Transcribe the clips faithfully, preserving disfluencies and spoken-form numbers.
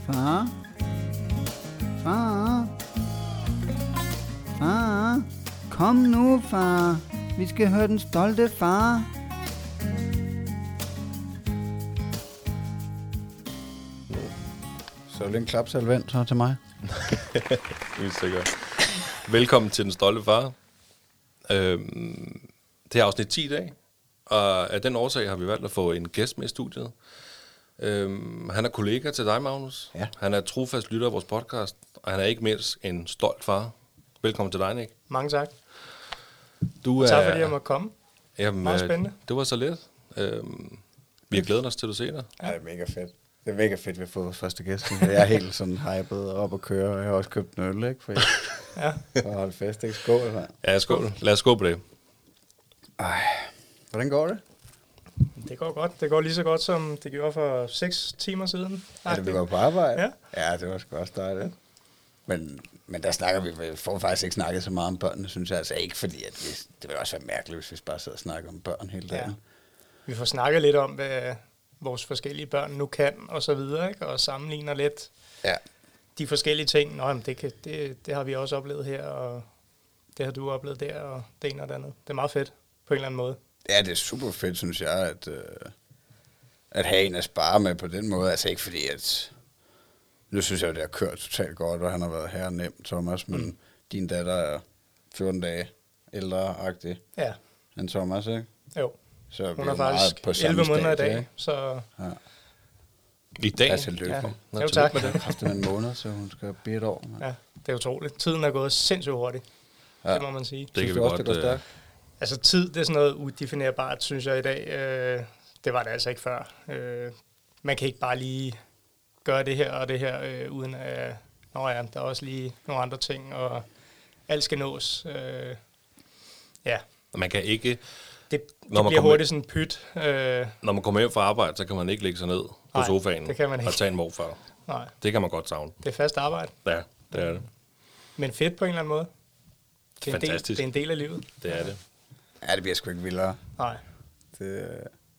Far? Far? Far? Kom nu, far. Vi skal høre den stolte far. Så er det en klapsalvent så til mig. Usikker. Velkommen til den stolte far. Øhm, det er afsnit ti i dag, og af den årsag har vi valgt at få en gæst med i studiet. Øhm, han er kollega til dig, Magnus. Ja. Han er trofast lytter af vores podcast, og han er ikke mindst en stolt far. Velkommen til dig, Nick. Mange tak. Du er, tak fordi jeg måtte komme. Jamen, Meget spændende. Det var så let. Øhm, vi har glædet os til at se dig. Ja, det er mega fedt. Det er mega fedt, at vi har fået vores første gæst. Jeg er helt sådan hyped og op at køre, og jeg har også købt en øl, ikke? For, ja. for at holde fest, ikke? Skål, mand. Ja, skål. Lad os gå på det. Ej, hvordan går det? Det går godt. Det går lige så godt, som det gjorde for seks timer siden. Ja, det vi går på arbejde? Ja. Ja, det var sgu også dejligt. Men, men der snakker vi, vi får faktisk ikke snakket så meget om børnene, synes jeg. Altså ikke fordi, at vi, det ville også være mærkeligt, hvis vi bare sidder og snakker om børn hele dagen. Ja. Vi får snakket lidt om, hvad vores forskellige børn nu kan, og så videre, ikke? Og sammenligner lidt ja. de forskellige ting. Nå, jamen, det, kan, det, det har vi også oplevet her, og det har du oplevet der, og det ene og det andet. Det er meget fedt, på en eller anden måde. Ja, det er super fedt, synes jeg, at, øh, at have en at spare med på den måde. Altså ikke fordi, at nu synes jeg, at det har kørt totalt godt, og han har været her nemt, Thomas, men mm. din datter er fjorten dage ældre-agtig ja. end Thomas, ikke? Jo. Så hun er faktisk på elleve måneder i dag, ikke? Så ja. I dag? Ja, tillykke. Ja. Nå, jo, tak. Med det. Efter en måned, så hun skal blive et år. Man. Ja, det er utroligt. Tiden er gået sindssygt hurtigt, ja. Det må man sige. Det kan vi også, godt... Det altså tid, det er sådan noget udefinerbart, synes jeg i dag. Øh, det var det altså ikke før. Øh, man kan ikke bare lige gøre det her og det her, øh, uden at, nå ja, der er også lige nogle andre ting, og alt skal nås. Øh, ja. Man kan ikke... Det, det bliver hurtigt sådan pyt. Øh, når man kommer hjem fra arbejde, så kan man ikke lægge sig ned på nej, sofaen det kan man ikke. og tage en morfar. Nej. Det kan man godt savne. Det er fast arbejde. Ja, det er det. Men fedt på en eller anden måde. Det er fantastisk. En del, det er en del af livet. Det er det. Ja, det bliver sgu ikke vildere. Nej. Det,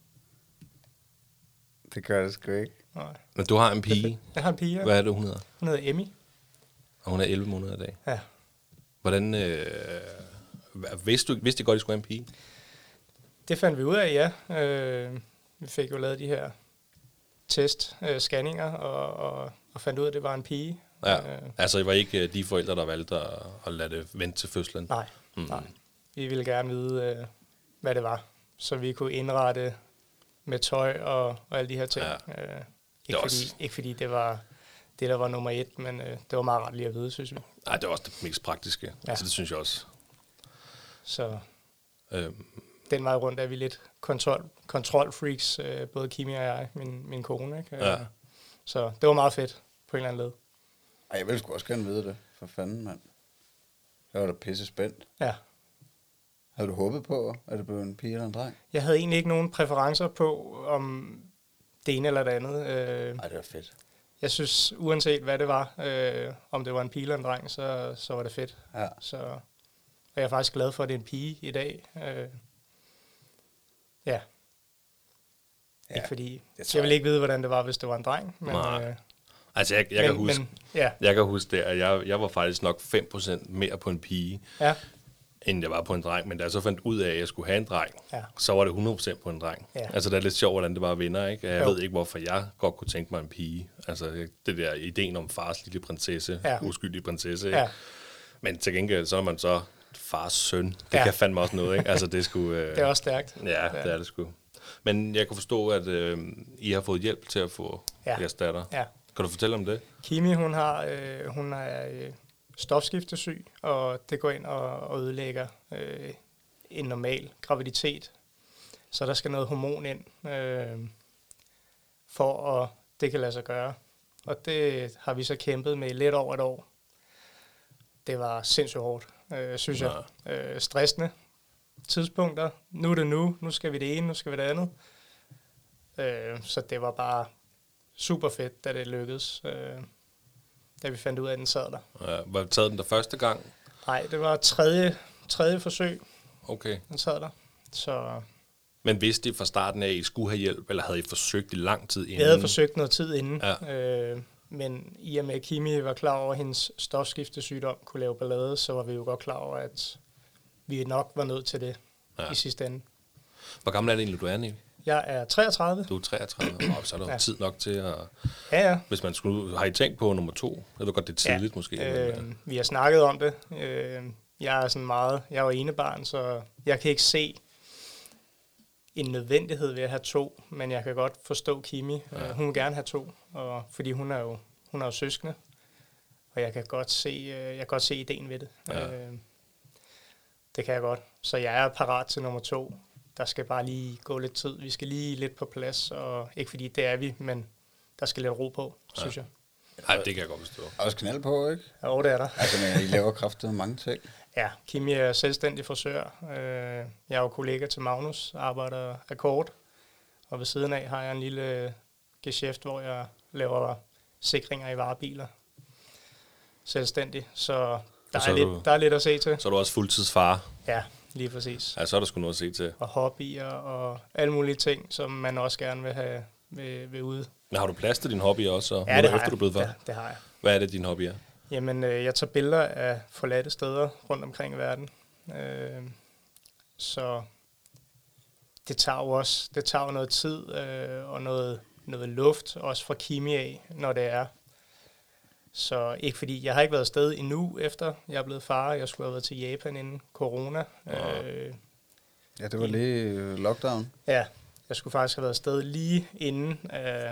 det gør det sgu ikke. Nej. Men du har en pige. Jeg har en pige, ja. Hvad er det, hun hedder? Hun hedder Emmy. Og hun er elleve måneder i dag. Ja. Hvordan... Øh, vidste du vidste I godt, at I skulle have en pige? Det fandt vi ud af, ja. Øh, vi fik jo lavet de her test, øh, scanninger, og, og, og fandt ud af, at det var en pige. Ja, øh, altså I var ikke de forældre, der valgte at, at lade det vente til fødslen? Nej, mm. nej. Vi ville gerne vide, øh, hvad det var, så vi kunne indrette med tøj og, og alle de her ting. Ja. Øh, ikke, fordi, også... ikke fordi det var det, der var nummer et, men øh, det var meget ret lige at vide, synes vi. Nej, det var også det mest praktiske. Ja. Altså det synes jeg også. Så... Øhm. Den vej rundt er vi lidt kontrol, kontrolfreaks, øh, både Kimi og jeg, min, min kone. Ikke? Ja. Så det var meget fedt på en eller anden led. Ej, jeg ville sgu også gerne vide det. For fanden, mand. Jeg var da pisse spændt. Ja. Havde du håbet på, at det blev en pige eller en dreng? Jeg havde egentlig ikke nogen præferencer på, om det ene eller det andet. Øh, Ej, det var fedt. Jeg synes, uanset hvad det var, øh, om det var en pige eller en dreng, så, så var det fedt. Ja. Så, og jeg er faktisk glad for, at det er en pige i dag. Øh, Ja. ja. Ikke fordi... Jeg, jeg vil ikke vide, hvordan det var, hvis det var en dreng. Men, øh, altså, jeg, jeg, men, kan huske, men, ja. jeg kan huske det, at jeg, jeg var faktisk nok fem procent mere på en pige, ja. end jeg var på en dreng. Men da jeg så fandt ud af, at jeg skulle have en dreng, ja. så var det hundrede procent på en dreng. Ja. Altså, det er lidt sjovt, hvordan det var vinder, ikke? Jeg jo. ved ikke, hvorfor jeg godt kunne tænke mig en pige. Altså, det der ideen om fars lille prinsesse, ja. uskyldig prinsesse. Ja. Men til gengæld, så er man så fars søn. Det ja. kan fandme også noget, ikke? Altså, det, skulle, øh... det er også stærkt. Ja, det er det, er det sgu. Men jeg kan forstå, at øh, I har fået hjælp til at få ja. jeres datter. Ja. Kan du fortælle om det? Kimi, hun, har, øh, hun er øh, stofskiftesyg, og det går ind og, og ødelægger øh, en normal graviditet. Så der skal noget hormon ind, øh, for at det kan lade sig gøre. Og det har vi så kæmpet med lidt over et år. Det var sindssygt hårdt, øh, synes ja. jeg. Øh, stressende tidspunkter. Nu er det nu, nu skal vi det ene, nu skal vi det andet. Øh, så det var bare super fedt, da det lykkedes, øh, da vi fandt ud af, at den sad der. Ja, var det taget den der første gang? Nej, det var tredje, tredje forsøg, okay. den sad der. Så, men vidste I fra starten af, at I skulle have hjælp, eller havde I forsøgt i lang tid inden? Vi havde forsøgt noget tid inden. Ja. Øh, men i og med, at Kimi var klar over, at hendes stofskiftesygdom kunne lave ballade, så var vi jo godt klar over, at vi nok var nødt til det ja. i sidste ende. Hvor gammel er det egentlig, du er, Nick? Jeg er treogtredive. Du er treogtredive, og så er der ja. tid nok til at... Ja, ja. Hvis man skulle... Har I tænkt på nummer to? Jeg ved godt, det er tidligt ja. måske. Øh, men, vi har snakket om det. Øh, jeg er sådan meget... Jeg er jo enebarn, så jeg kan ikke se en nødvendighed ved at have to, men jeg kan godt forstå Kimi. Ja. Hun vil gerne have to, og, fordi hun er jo hun er jo søskende, og jeg kan godt se, jeg kan godt se ideen ved det. Ja. Øh, det kan jeg godt. Så jeg er parat til nummer to. Der skal bare lige gå lidt tid. Vi skal lige lidt på plads, og ikke fordi det er vi, men der skal lidt ro på, ja. synes jeg. Nej, det kan jeg godt forstå. Også knald på, ikke? Jo, det er der. Altså, men I laver kraftigt mange ting. Ja, Kimi er selvstændig frisør. Jeg er jo kollega til Magnus, arbejder akkord, og ved siden af har jeg en lille geschæft, hvor jeg laver sikringer i varebiler. Selvstændig, så der, så er, lidt, du, der er lidt at se til. Så er du også fuldtidsfar? Ja, lige præcis. Ja, så er der sgu noget at se til. Og hobbyer og alle mulige ting, som man også gerne vil have ved, ved ude. Men har du plads til dine hobbyer også, så ja, det efter du er blevet far? Ja, det har jeg. Hvad er det, dine hobbyer? Jamen, øh, jeg tager billeder af forladte steder rundt omkring i verden. Øh, så det tager jo også det tager jo noget tid øh, og noget, noget luft, også fra Kimi af, når det er. Så ikke fordi, jeg har ikke været afsted endnu, efter jeg er blevet far. Jeg skulle have været til Japan inden corona. Ja, øh, ja det var lige lockdown. Ja, jeg skulle faktisk have været afsted lige inden, øh,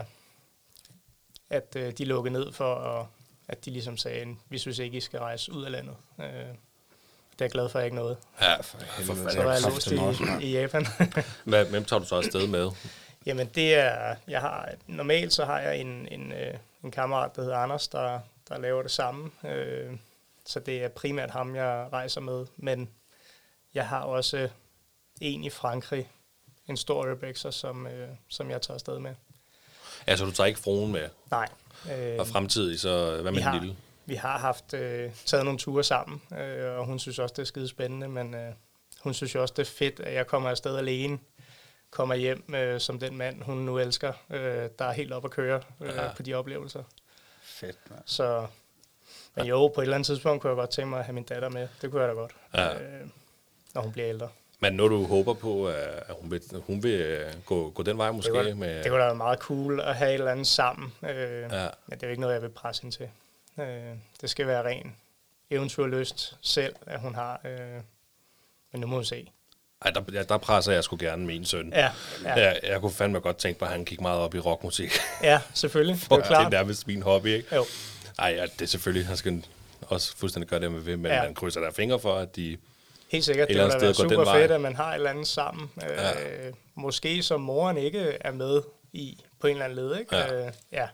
at øh, de lukkede ned for at at de ligesom sagde, vi synes ikke, I skal rejse ud af landet. Øh, det er jeg glad for, at jeg ikke noget. Ja, for helvede. Så var jeg låst i, i Japan. Hvad, hvem tager du så afsted med? Jamen, det er, jeg har, normalt så har jeg en, en, en kammerat, der hedder Anders, der, der laver det samme. Øh, så det er primært ham, jeg rejser med. Men jeg har også en i Frankrig, en stor urbexer, som, øh, som jeg tager afsted med. Ja, så du tager ikke fruen med? Nej. Øh, og fremtidig, så hvad med den lille? Vi har haft øh, taget nogle ture sammen, øh, og hun synes også, det er skide spændende, men øh, hun synes jo også, det er fedt, at jeg kommer afsted alene, kommer hjem øh, som den mand, hun nu elsker, øh, der er helt op at køre øh, ja. på de oplevelser. Fedt, man. Så, men jo, på et eller andet tidspunkt kunne jeg godt tænke mig at have min datter med. Det kunne jeg da godt, ja. øh, når hun bliver ældre. Men når du håber på, at hun vil, hun vil gå, gå den vej måske? Det kunne, med det kunne da være meget cool at have et eller andet sammen. Øh, ja. Men det er jo ikke noget, jeg vil presse hende til. Øh, det skal være ren eventyrlyst selv, at hun har. Øh, men nu må vi se. Ej, der, ja, der presser jeg sgu gerne min søn. Ja, ja. Jeg, jeg kunne fandme godt tænke på, at han gik meget op i rockmusik. Ja, selvfølgelig. For det er klart. Det er nærmest min hobby, ikke? Jo. Ej, ja, det er selvfølgelig. Han skal også fuldstændig gøre det med ved, men ja. man krydser der fingre for, at de... Helt sikkert, det er super fedt, at man har et eller andet sammen. Ja. Øh, måske som moren ikke er med i på en eller anden led, ikke? Ja. Øh, ja.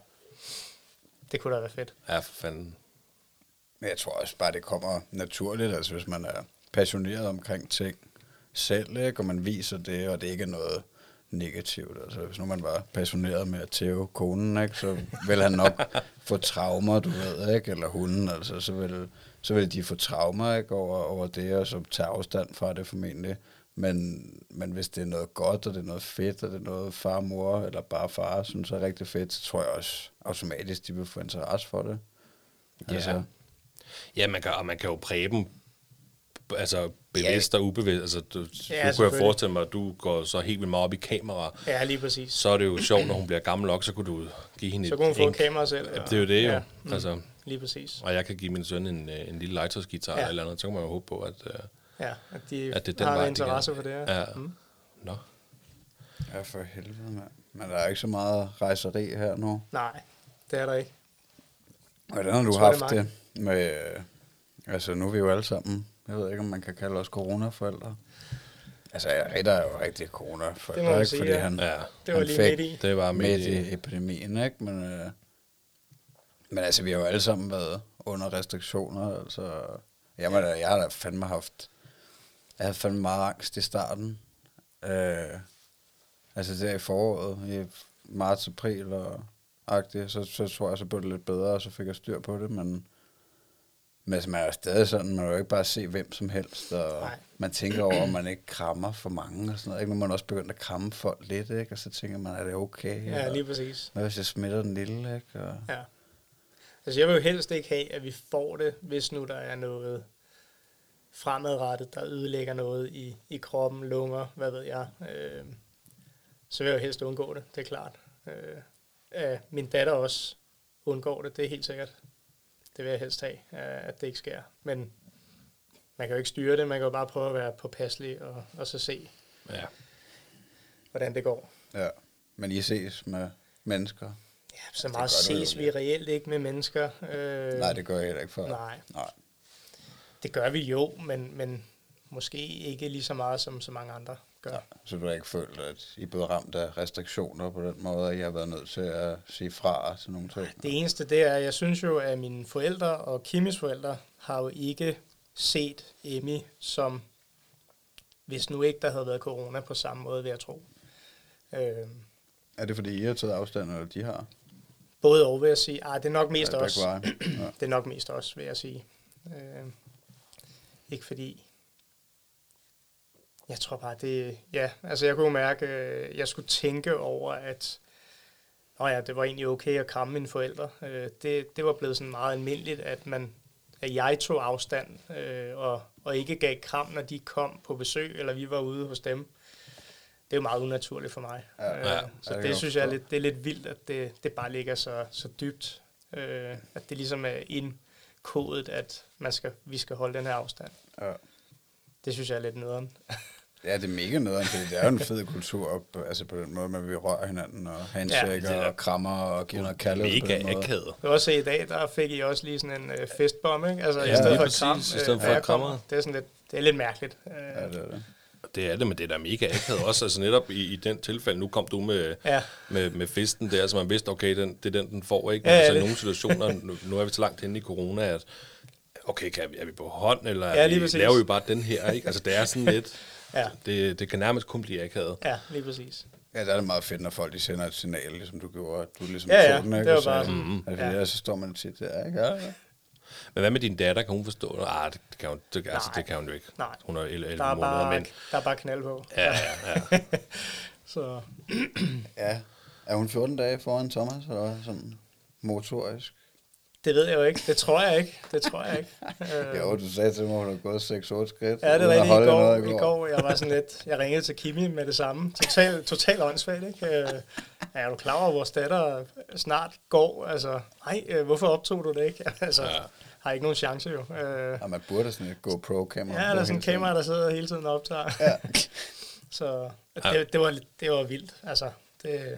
Det kunne da være fedt. Ja, for fanden. Men jeg tror også bare, det kommer naturligt, altså hvis man er passioneret omkring ting selv, ikke? Og man viser det, og det ikke er noget negativt. Altså hvis nu man var passioneret med at tæve konen, ikke? Så vil han nok få traumer, du ved, ikke? Eller hunden, altså så vil... så vil de få traumer, ikke, over, over det, og så tage afstand fra det formentlig. Men, men hvis det er noget godt, og det er noget fedt, og det er noget far, mor, eller bare far, synes er rigtig fedt, så tror jeg også automatisk, de vil få interesse for det. Ja, altså. Ja, man kan, og man kan jo præge dem, altså bevidst ja. og ubevidst. Altså, du, ja, du kan jo forestille mig, at du går så helt vildt meget op i kamera. Ja, lige præcis. Så er det jo sjovt, når hun bliver gammel nok, så kunne du give hende så et... Så kunne hun få en kamera selv. Ja, det er jo det, jo. Ja. Mm. Altså, lige præcis. Og jeg kan give min søn en, en lille legetøjsguitar ja. eller andet, så kan man jo håbe på, at, ja, at de at det er den har vej, interesse for det. Ja. Ja. Mm. Nå. Ja, for helvede, mand. Men der er ikke så meget rejseri her nu. Nej, det er der ikke. Hvordan har du haft det, det med... Altså, nu er vi jo alle sammen... Jeg ved ikke, om man kan kalde os coronaforældre. Altså, Ritter er jo rigtig coronaforældre, ikke? Sige, Fordi ja. han, ja. det var han lige fik midt i. Det var midt, midt i epidemien, ikke? Men, øh, men altså, vi har jo alle sammen været under restriktioner. Altså, jeg, ja. jeg har da fandme haft... Jeg havde fandme meget angst i starten. Øh, altså, der i foråret, i marts, april og agtigt, så, så tror jeg, så blev det lidt bedre, og så fik jeg styr på det, men... Men altså, man er jo stadig sådan, man kan jo ikke bare se hvem som helst, og Nej. man tænker over, om man ikke krammer for mange og sådan noget. Ikke? Nu er man også begyndt at kramme folk lidt, ikke? Og så tænker man, er det okay? Ja, lige præcis. Hvad hvis jeg smitter den lille, ikke? Og, ja. Altså, jeg vil jo helst ikke have, at vi får det, hvis nu der er noget fremadrettet, der ødelægger noget i, i kroppen, lunger, hvad ved jeg. Øh, så vil jeg jo helst undgå det, det er klart. Øh, øh, min datter også undgår det, det er helt sikkert. Det vil jeg helst have, øh, at det ikke sker. Men man kan jo ikke styre det, man kan jo bare prøve at være påpasselig og, og så se, ja. hvordan det går. Ja, men I ses med mennesker? Ja, så meget ses vi reelt ikke med mennesker. Øh, nej, det gør jeg heller ikke for. Nej. nej. Det gør vi jo, men, men måske ikke lige så meget, som så mange andre gør. Ja, så du har ikke følt, at I er blevet ramt af restriktioner på den måde, at I har været nødt til at sige fra til nogle ting? Det eneste, det er, jeg synes jo, at mine forældre og Kimmys forældre har jo ikke set Emmy som, hvis nu ikke der havde været corona på samme måde, vil jeg tro. Øh, er det fordi, I har taget afstand, eller de har? Både og, vil jeg sige. Ah, det er nok mest ja, os. Ja. Det er nok mest os, vil jeg sige. Øh, ikke fordi... Jeg tror bare, det... Ja, altså jeg kunne mærke, øh, jeg skulle tænke over, at... Nå ja, det var egentlig okay at kramme mine forældre. Øh, det, det var blevet sådan meget almindeligt, at man... At jeg tog afstand, øh, og, og ikke gav kram, når de kom på besøg, eller vi var ude hos dem. Det er jo meget unaturligt for mig. Ja, øh, ja, så det, det synes jeg er lidt, det er lidt vildt, at det, det bare ligger så, så dybt. Øh, at det ligesom er indkodet, at man skal, vi skal holde den her afstand. Ja. Det synes jeg er lidt nederen. Ja, det er mega nederen, fordi det er jo en fed kultur op, altså på den måde, man vil røre hinanden og handshaker ja, og krammer og give noget kærlighed på den måde. Mega akavet. Jeg også se i dag, der fik I også lige sådan en øh, festbombe, ikke? Altså ja, i stedet for præcis, kram, i stedet for øh, krammer. Det er sådan lidt, det er lidt mærkeligt. Ja, det er det. Det er det, men det er da mega akavet også. Altså netop i, i den tilfælde, nu kom du med, ja. med, med festen der, så man vidste, okay, den, det er den, den får, ikke? Men ja, altså det. i nogle situationer, nu, nu er vi så langt henne i corona, at okay, kan vi, er vi på hånd, eller ja, vi, laver vi bare den her, ikke? Altså det er sådan lidt, ja. det, det kan nærmest kun blive akavet. Ja, lige præcis. Ja, der er det meget fedt, når folk de sender et signal, ligesom du gjorde, at du ligesom ja, ja, tog den, ikke? Det var bare sådan, mm-hmm. Altså, ja. Så står man tit der, ikke? Ja, ja. Men hvad med din datter? Kan hun forstå det? Ah, det kan hun, det, altså, det kan hun jo ikke. Nej. Hun er elleve der er måneder, bare, men... Der er bare knald på. Ja, ja, ja. Så... ja. Er hun fjorten dage foran Thomas, eller sådan motorisk? Det ved jeg jo ikke. Det tror jeg ikke. Det tror jeg ikke. Jo, du sagde til mig, at hun har gået seks otte skridt. Ja, det var rigtigt i går, i går. I går. Jeg var sådan lidt... Jeg ringede til Kimi med det samme. Total, total åndssvagt, ikke? Ja, er du klar over, at vores datter snart går? Altså, nej, hvorfor optog du det ikke? Altså, ja. Har ikke nogen chance jo. Ja, man burde sådan et GoPro-kamera. Ja, der er sådan en kamera, der sidder hele tiden og optager. Ja. Så det, det, var, det var vildt. Altså, det...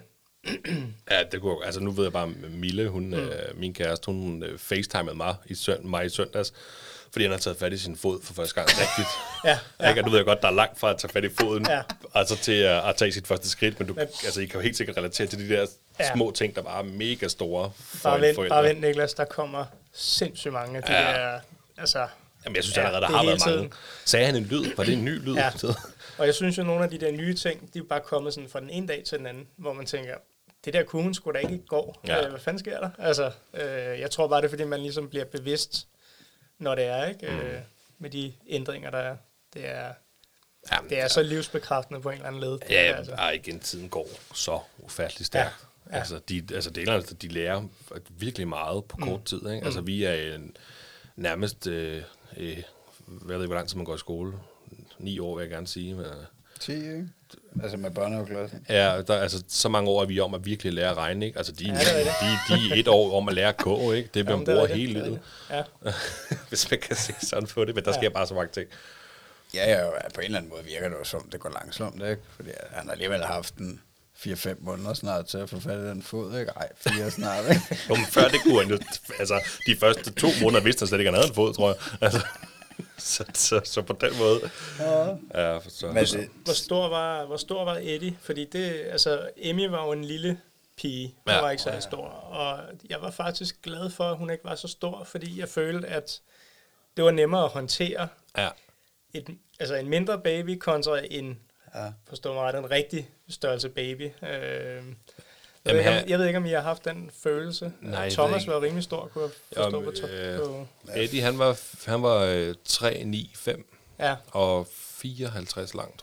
Ja, det kunne, altså nu ved jeg bare, Mille, hun, mm. øh, min kæreste, hun øh, facetimede mig i, søn, mig i søndags, fordi han har taget fat i sin fod for første gang rigtigt. ja, ja. Ikke? Og du ved jeg godt, der er langt fra at tage fat i foden, ja. altså til at, at tage sit første skridt, men du, men, altså, I kan jo helt sikkert relatere til de der ja. små ting, der bare er mega store for bare en vent, forældre. Bare vent, Niklas, der kommer sindssygt mange af de ja. der, altså... Jamen, jeg synes ja, allerede, der har været tiden. mange. Sagde han en lyd? Var det en ny lyd? Ja. Og jeg synes jo, nogle af de der nye ting, de er bare kommet sådan fra den ene dag til den anden, hvor man tænker, det der kunne hun sgu da ikke gå. Ja. Hvad fanden sker der? Altså, øh, jeg tror bare, det er, fordi man ligesom bliver bevidst, når det er, ikke? Mm. Øh, med de ændringer, der er. Det er, Jamen, det er ja. så livsbekræftende på en eller anden led. Ja, altså. Ej, igen, tiden går så ufattelig stærkt. Ja. Ja. Altså, de, altså delerne, de lærer virkelig meget på kort mm. tid, ikke? Altså, vi er en, nærmest, øh, øh, jeg ved ikke, hvor lang tid man går i skole. Ni år, vil jeg gerne sige. Men, ti, ikke? Altså med børnehaveklassen? Ja, der, altså så mange år er vi om at virkelig lære at regne, ikke? Altså de, ja, de, de er et år om at lære at gå, ikke? Det bliver man bruger hele livet. Ja. Hvis man kan se sådan på det, men der sker ja. bare så mange ting. Ja, ja, på en eller anden måde virker det jo som, det går langsomt, ikke? Fordi han har alligevel haft en fire fem måneder snart til at få fat i den fod, ikke? Ej, fire snart, ikke? Jo, men før det kunne han jo, altså de første to måneder vidste han slet ikke, han havde en fod, tror jeg. Altså. Så, så, så på den måde. Ja. Ja, så. Men det, hvor stor var hvor stor var Eddie? Fordi det, altså Emmy var jo en lille pige, hun ja. var ikke så stor, og jeg var faktisk glad for, at hun ikke var så stor, fordi jeg følte, at det var nemmere at håndtere. Ja. Et, altså en mindre baby kontra en, ja. forstår mig ret, en rigtig størrelse baby. Øh, Jeg ved, ikke, om, jeg ved ikke, om I har haft den følelse. Nej, Thomas var rimelig stor, kunne jeg forstå Jamen, på, to- øh, på... Eddie, han var, han var øh, tre ni fem ja. og fireoghalvtreds lang, tror jeg.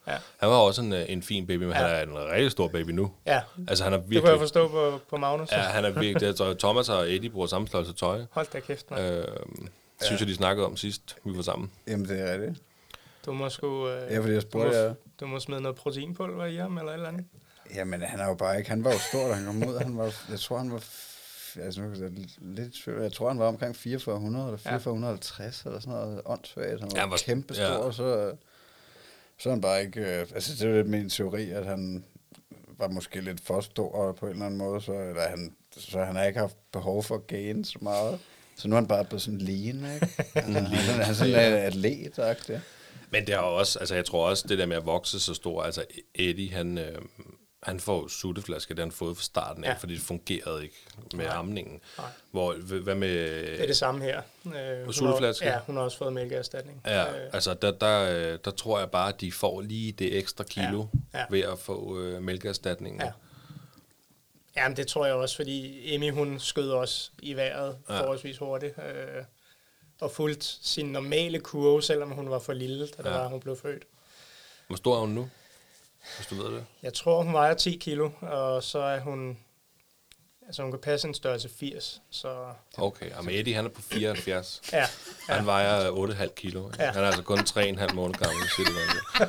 Ja. Han var også en, en fin baby, men ja. Ja. han er en rigtig stor baby nu. Ja, Altså, han er det virkelig... kunne jeg forstå på, på Magnus. Ja, han er virkelig... Så Thomas og Eddie bruger samme størrelse tøj. Hold da kæft, mand. Øh, Ja. synes jeg, de snakkede om sidst, vi var sammen. Jamen, det er rigtigt. Du må sgu... Øh, Ja, fordi jeg du, spurgte må, jer. du må smide noget proteinpulver i ham, eller et eller andet. Jamen, han er jo bare ikke... Han var jo stor, da han kom ud. Han var, jeg tror, han var... f- Altså, nu kan jeg sige, lidt i tvivl. Jeg tror, han var omkring fireogfyrre hundrede eller fireogfyrre halvtreds eller sådan noget åndssvagt. Han var, Ja, han var- kæmpe stor, ja. og så... Så er han bare ikke... Øh, altså, det er jo lidt min teori, at han var måske lidt for stor på en eller anden måde, så, eller han, så han har ikke haft behov for at gain så meget. Så nu er han bare blevet sådan lean, ikke? Han, han, han er sådan en atlet, ja. Men det er jo også, altså jeg tror også, det der med at vokse så stor, altså Eddie, han, øh, han får sutteflaske, det har han fået fra starten af, ja. Ja. fordi det fungerede ikke med Nej. amningen. Nej. Hvor, hvad med... Det er det samme her. Øh, hun sutteflaske? har, ja, hun har også fået mælkeerstatning. Ja, Øh, altså der, der, øh, der tror jeg bare, at de får lige det ekstra kilo Ja, ja. ved at få øh, mælkeerstatningen. ja. Jamen, det tror jeg også, fordi Emmy, hun skød også i vejret Ja. forholdsvis hurtigt. Øh, og fulgte sin normale kurve, selvom hun var for lille, da Ja. ja. var, hun blev født. Hvor stor er hun nu, hvis du ved det? Jeg tror, hun vejer ti kilo, og så er hun... Altså, hun kan passe en størrelse firs, så... Okay, og med Eddie, han er på fireoghalvfjerds. Ja, Ja. Han vejer otte komma fem kilo. Ja. Ja. Han er altså kun tre komma fem måneder gammel, siger det vanligt.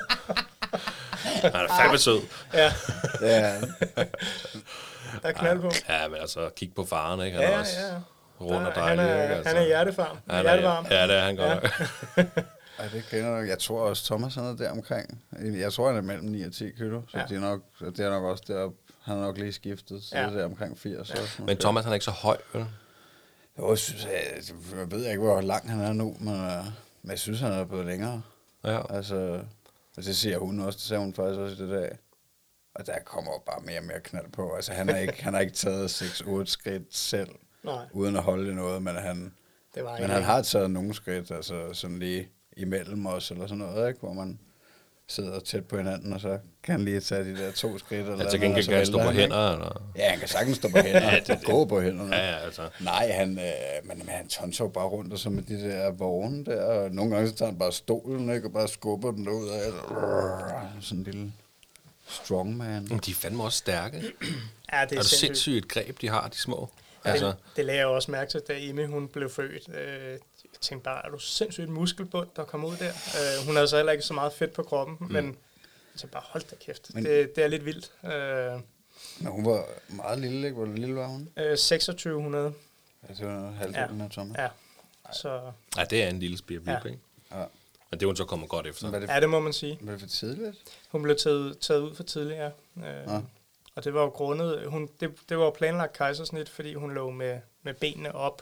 Han er fandme sød. ja, Det er han. der er knald på. Ja, men altså, kig på faren, ikke? Han Ja, er ja, også ja. rund og Der- han dejlig, er, ikke? Altså. han er hjertevarm. Han hjertevarm. er, ja, det er han godt Ja. nok. Ej, det kender jeg. Jeg tror også, Thomas han er der omkring. Jeg tror, han er mellem ni og ti kilo, så Ja. det, er nok, det er nok også der. Han er nok lige skiftet, så Ja. ja. det er der omkring firs. Ja. Også, Men Thomas, han er ikke så høj, vel? Jeg, synes, jeg, jeg ved ikke, hvor lang han er nu, men, uh, men jeg synes, han er blevet længere. Ja. Altså, og det siger hun også, det sagde hun faktisk også i det dag. Og der kommer jo bare mere og mere knald på. Altså, han har ikke, han har ikke taget seks otte skridt selv, Nej, uden at holde i noget, men han, det var men ikke. han har taget nogle skridt, altså sådan lige imellem os, eller sådan noget, ikke? Hvor man sidder tæt på hinanden, og så kan han lige tage de der to skridt. Eller Altså, noget, og gengæld så kan han stå vælter på ikke? hænder, eller? Ja, han kan sagtens stå på hænder, ja, det, det. gå på hænderne. Ja, ja, altså. Nej, han, øh, men, men han tonser bare rundt og så med de der vogne der, og nogle gange så tager han bare stolen, ikke, og bare skubber den ud af, sådan en lille strongman. Men de er fandme også stærke. Ja, det Er er, det sindssygt. sindssygt et greb, de har, de små? Ja, Altså, det, det lagde jeg også mærke til, da Emmy hun blev født. Øh, jeg tænkte bare, er du sindssygt muskelbund, der kom ud der? Øh, hun havde så heller ikke så meget fedt på kroppen, mm. men jeg tænkte bare, hold da kæft, Men- det, det er lidt vildt. Øh, Men hun var meget lille, ikke? Hvor lille var hun? øh, seksogtyve hundrede, Ja, det var halvdelen af Thomas. ja. Så ja, det er en lille spirvip, Ja. ikke? Ja. Men det er hun så kommer godt efter. Var det, ja, det må man sige. var det for tidligt? Hun blev taget, taget ud for tidligere. Øh, Ja. Og det var jo grundet, hun, det, det var jo planlagt kejsersnit, fordi hun lå med, med benene op.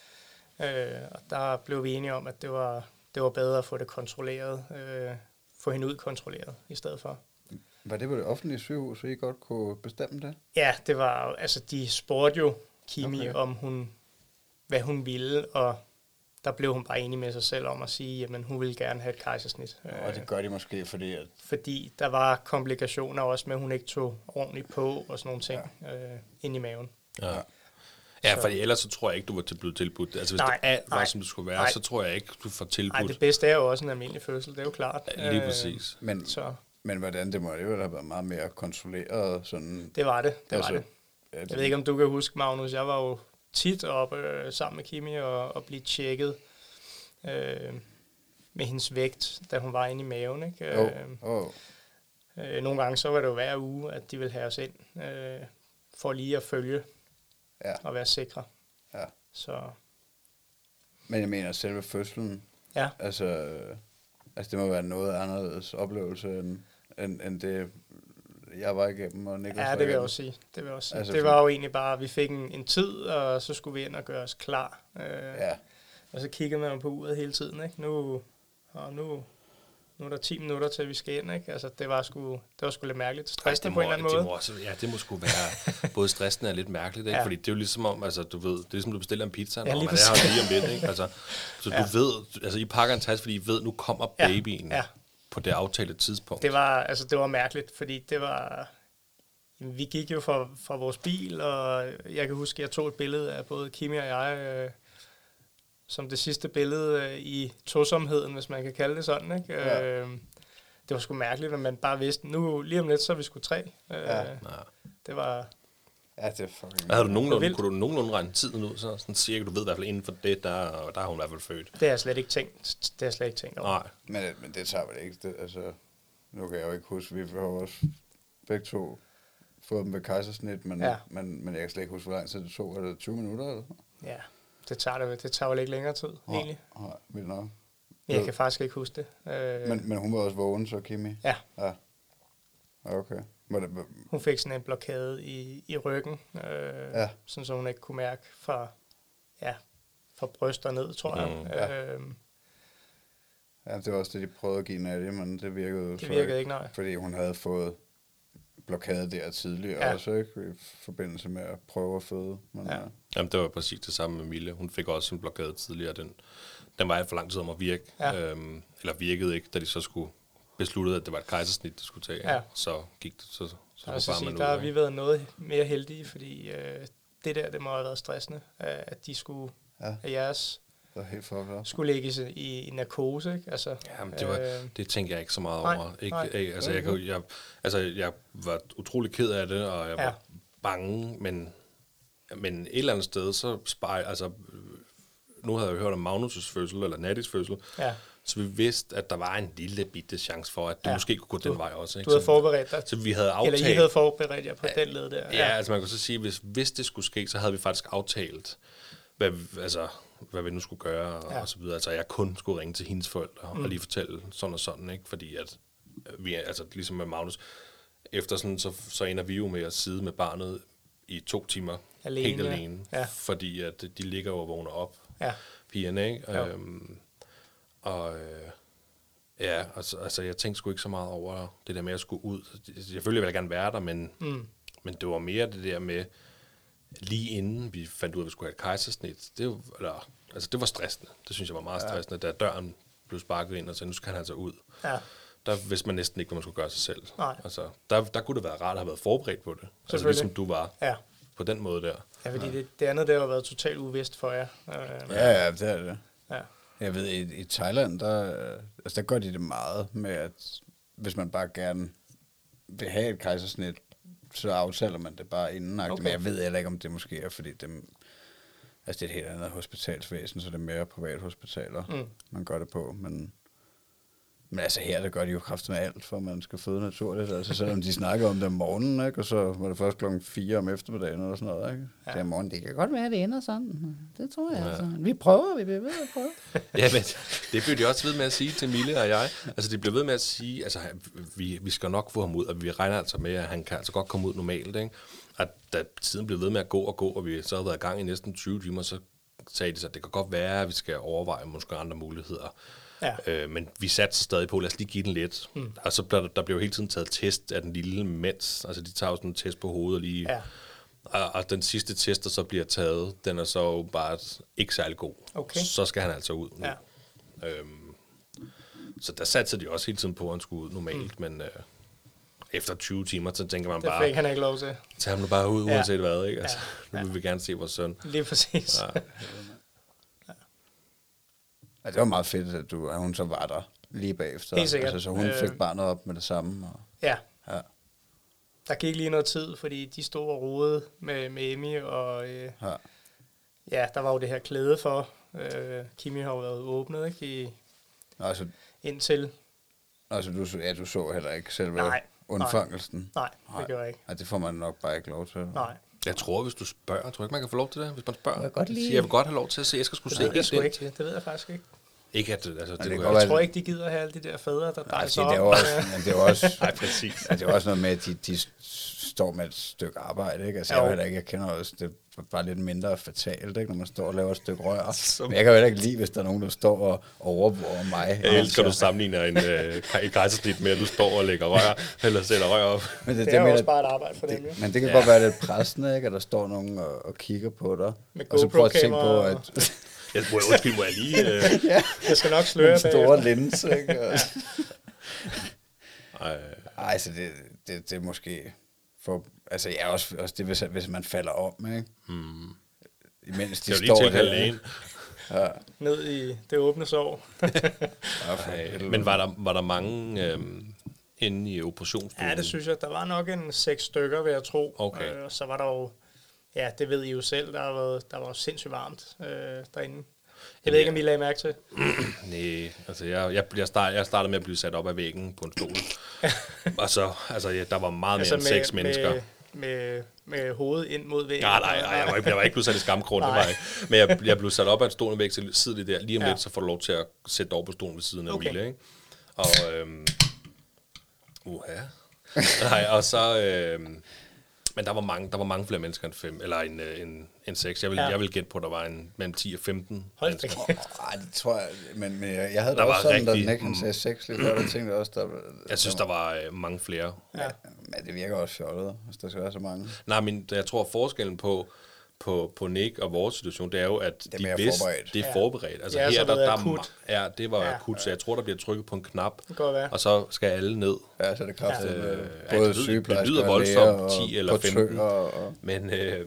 Øh, og der blev vi enige om, at det var, det var bedre at få det kontrolleret, øh, få hende ud kontrolleret i stedet for. Var det på det offentlige sygehus, så I godt kunne bestemme det? Ja, det var jo- altså de spurgte jo Kimi, Okay. okay. om hun, hvad hun ville, og der blev hun bare enig med sig selv om at sige, jamen hun ville gerne have et kejsersnit. Og det gør de måske, fordi at... Fordi der var komplikationer også med, at hun ikke tog ordentligt på og sådan nogle ting ja. øh, ind i maven. Ja. Ja, Så- for ellers så tror jeg ikke, du var til blevet tilbudt. Altså hvis Nej, det alt var, nej, som det skulle være, nej. så tror jeg ikke, du får Nej, tilbudt. det bedste er jo også en almindelig fødsel, det er jo klart. Ja, lige Øh, præcis. Men, Så men hvordan, det må jo have været meget mere kontrolleret, sådan... det var det, det altså, var det. ja, Jeg ved ikke, om du kan huske, Magnus, jeg var jo tit oppe øh, sammen med Kimi og, og blive tjekket øh, med hendes vægt, da hun var inde i maven. Ikke? Jo, Øh, oh, øh, nogle gange så var det jo hver uge, at de ville have os ind, øh, for lige at følge ja, og være sikre. ja. Så Men jeg mener, selve fødslen, ja, altså, øh, altså det må være noget anderledes oplevelse, end, end, end det, jeg var igennem, og Niklas ja var det vil jeg igennem. også sige. Det, vil jeg også sige. Altså, det for- var jo egentlig bare, at vi fik en, en tid, og så skulle vi ind og gøre os klar. Øh, Ja, Og så kiggede man på uret hele tiden, ikke? Nu, og nu, nu er der ti minutter til, vi skal ind, ikke? Altså, det var sgu, det var sgu lidt mærkeligt. Stressende det på en eller anden det måde. må også, ja, det må sgu være både stressende og lidt mærkeligt, ikke? Ja. Fordi det er jo ligesom om, altså, du ved, det er ligesom, du bestiller en pizza, Ja, ja, lige og man er her lige om lidt, ikke? Altså, så Ja. du ved, altså, I pakker en taske, fordi I ved, nu kommer Ja, babyen ja. på det aftalte tidspunkt. Det var, altså, det var mærkeligt, fordi det var... Jamen, vi gik jo fra, fra vores bil, og jeg kan huske, at jeg tog et billede af både Kimi og jeg, øh, som det sidste billede øh, i tosomheden, hvis man kan kalde det sådan, ikke? Ja. Øh, det det var sgu mærkeligt, at man bare vidste, nu lige om lidt, så er vi sgu tre. Øh, Ja. det var... Ja, det er fucking... Havde du nogenlunde, vildt. kunne du nogenlunde regne tiden ud, så sådan cirka, du ved i hvert fald inden for det, der, der har hun i hvert fald født. Det har jeg slet ikke tænkt, det har jeg slet ikke tænkt over. Nej. Men, men det tager vel ikke. Det, altså, nu kan jeg jo ikke huske, vi har også begge to fået dem ved kejsersnit, men, Ja. men, men jeg kan slet ikke huske, hvor lang tid det tog. Er det tyve minutter eller sådan? Ja, det tager, det, det tager vel ikke længere tid, Nej, egentlig. Nej, vildt nok. Jeg Jo. kan faktisk ikke huske det. Øh, Men, men hun var også vågen, så Kimi? Ja. Ja. Okay. Var det, Hun fik sådan en blokade i, i ryggen, øh, Ja. sådan så hun ikke kunne mærke fra, ja, fra bryster ned, tror jeg. Mm, ja. Øh, ja, det var også det, de prøvede at give Nadia, men det virkede jo det så virkede ikke, nej. Fordi hun havde fået blokade der tidligere Ja. også, ikke? I forbindelse med at prøve at føde. Men, Ja. ja. Jamen, det var præcis det samme med Mille. Hun fik også en blokade tidligere. Den, den var alt for lang tid om at virke. Ja. Øhm, eller virkede ikke, da de så skulle beslutte, at det var et kejsersnit, de skulle tage. Ja. Så gik det, så, så Så var sige, farmen der har ud. vi været noget mere heldige, fordi øh, det der, det må have været stressende, øh, at de skulle, Ja. at jeres Det var helt fucked up. skulle lægges i, i narkose, ikke? Altså, Jamen, det, var, øh, det tænker jeg ikke så meget nej, over. Ikke, nej. ikke, altså, jeg, kunne- jeg, altså, jeg var utrolig ked af det, og jeg var Ja. ja. bange, men, men et eller andet sted, så spejl, altså, nu havde jeg jo hørt om Magnus' fødsel, eller Nattis fødsel, ja, så vi vidste, at der var en lille bitte chance for, at det Ja. ja. måske kunne gå Du- den vej også. Ikke? du havde Så- forberedt dig, Så vi havde aftalt... eller I havde forberedt jer på den led der. Ja, altså man kan så sige, hvis, hvis det skulle ske, så havde vi faktisk aftalt, hvad, vi- altså, hvad vi nu skulle gøre, og, Ja. ja. og så videre. Altså jeg kun skulle ringe til hendes forældre Mm. og lige fortælle sådan og sådan, ikke? Fordi at vi, er- altså ligesom med Magnus, efter sådan, så, så ender vi jo med at sidde med barnet i to timer, Alene, helt ja. alene, Ja. fordi at de ligger og vågner op, Ja. pigerne, ikke? Jo. Øhm, og øh, ja, altså, altså jeg tænkte sgu ikke så meget over det der med at skulle ud. Selvfølgelig ville jeg gerne være der, men, Mm. men det var mere det der med, lige inden vi fandt ud af, at vi skulle have et kejsersnit, det, var, eller, altså, det var stressende. Det synes jeg var meget stressende, da døren blev sparket ind og sagde, nu skal han altså ud. Ja. Der vidste man næsten ikke, hvad man skulle gøre sig selv. Nej. Altså, der, der kunne det være rart at have været forberedt på det. Altså Selvfølgelig. ligesom du var Ja. på den måde der. Ja, fordi det, det andet, der har været totalt uvist for jer. Øh, Ja, ja, det er det. ja. Jeg ved, i, i Thailand, der, øh, altså, der gør de det meget med, at hvis man bare gerne vil have et kejsersnit, så aftaler man det bare inden. Okay. Okay. Men jeg ved heller ikke, om det måske er, fordi det, altså, det er et helt andet hospitalsvæsen, så det er mere privathospitaler, Mm. man gør det på. Men, men altså her, der gør de jo kraftigt med alt, for at man skal føde naturligt. Altså selvom de snakker om det om morgenen, ikke? Og så var det først klokken fire om eftermiddagen eller sådan noget. Ikke? Ja. Det er morgen, det kan godt være, det ender sådan. Det tror jeg Ja. altså. Vi prøver, vi bliver ved at prøve. Ja, men det blev de også ved med at sige til Mille og jeg. Altså, de blev ved med at sige, altså, vi, vi skal nok få ham ud, og vi regner altså med, at han kan altså godt komme ud normalt, ikke? At da tiden blev ved med at gå og gå, og vi så havde været i gang i næsten tyve timer, så sagde de så, at det kan godt være, at vi skal overveje måske andre muligheder. Ja. Øh, men vi satte sig stadig på, lad os lige give den lidt. Mm. Og så blev der, der blev jo hele tiden taget test af den lille mens. Altså, de tager jo sådan en test på hovedet og lige... Ja. Og, og den sidste test, der så bliver taget, den er så bare ikke særlig god. Okay. Så skal han altså ud nu. Ja. Øhm, så der satte de også hele tiden på, at han skulle ud normalt, mm. men øh, efter tyve timer, så tænker man Det bare, fik han ikke lov til. tag ham nu bare ud, Ja. uanset hvad, ikke? Altså, Ja. nu vil vi gerne se vores søn. Lige præcis. Ja. Ja, det var meget fedt, at, du, at hun så var der lige bagefter. Helt sikkert. Altså, så hun Øh. fik barnet op med det samme. Og, Ja. ja. Der gik lige noget tid, fordi de stod og rodede med, med Emmy, og øh, Ja. ja, der var jo det her klæde for. Øh, Kimi har jo været åbnet, ikke? I, Nå, altså, indtil. altså du, så- ja, du så heller ikke selve Nej, undfangelsen. Nej, Nej. det gør jeg ikke. Ja, det får man nok bare ikke lov til. Nej, Jeg tror, hvis du spørger, tror du ikke, man kan få lov til det? Hvis man spørger, Jeg vil godt lige- siger, jeg vil godt have lov til at se, jeg skal skulle det se ved jeg helt sgu ind. ikke. Det ved jeg faktisk ikke. Ikke at, altså, det, det det kan kunne godt jeg Jeg være- tror ikke, de gider have alle de der fædre, der Nej, dejser det, det er op. jo også, men det er jo også, Nej, præcis. ja, det er jo også noget med, at de, de står med et stykke arbejde, ikke? Altså, Jo. jeg, heller ikke, jeg kender også, det er bare lidt mindre fatalt, ikke? Når man står og laver et stykke rør. Som- Men jeg kan jo heller ikke lide, hvis der er nogen, der står og overvåger mig. Jeg elsker, at du sammenligner en, øh, et kejsersnit med, at du står og lægger rør, eller sætter rør op. Men Det det, er jo mener- også bare et arbejde for dem, jo. det, men det kan Ja. ja. godt være lidt pressende, ikke? At der står nogen og, og kigger på dig. Med og så prøv at tænke på, GoPro-kamera at Jeg, må, undskyld, må jeg lige... Øh, Jeg skal nok sløre den store bagefter. linse, ikke? Og, øh, ej, så det, det, det er måske for... Altså, ja, også, også det, hvis, hvis man falder om, ikke? hmm. Imens de Jeg vil lige står tilkalde der. lægen. Ja, Ned i det åbne sår. ja, for Ej, helvede. men var der, var der mange... Øh, inde i operationsstuen? Ja, det synes jeg. Der var nok en seks stykker, vil jeg tro. Okay. Øh, og så var der jo, ja, det ved I jo selv, der, har været, der var jo sindssygt varmt øh, derinde. Jeg ved ikke, om I lagde mærke til. Nej, altså jeg, jeg, jeg, start, jeg startede med at blive sat op af væggen på en stol. Og så, altså ja, der var meget altså mere end seks mennesker. Med, med, med hovedet ind mod væggen. Nej, nej, nej, jeg var ikke, jeg var ikke blevet sat i skamkrone, det var jeg ikke. Men jeg, jeg blev sat op af en stol og væg, så sidder det der. Lige om ja. lidt, så får du lov til at sætte dig over på stolen ved siden af okay. Mille, ikke? Og, øhm, uha. Nej, og så, øhm, men der var mange, der var mange flere mennesker end fem, eller en, en, en seks. Jeg vil, ja. jeg vil gætte på, at der var en mellem ti og femten mennesker. Nej, det tror jeg, men, men jeg, jeg havde der da også sådan, rigtig, da den ikke sagde seks, lidt godt, jeg tænkte også, der, jeg synes, der var øh, mange flere. Ja. Men det virker også fjollet, hvis der skal være så mange. Nej, men jeg tror, forskellen på, på, på Nick og vores situation, det er jo, at det er de vidste, forberedt. det er forberedt. Altså ja, her, der, der akut. Ja, det var ja. akut, så jeg tror, der bliver trykket på en knap, og så skal alle ned. Ja, så er det kraftigt ja. med øh, både ja, sygeplejersker, det lyder voldsomt, ti eller femten. Og, og men, øh,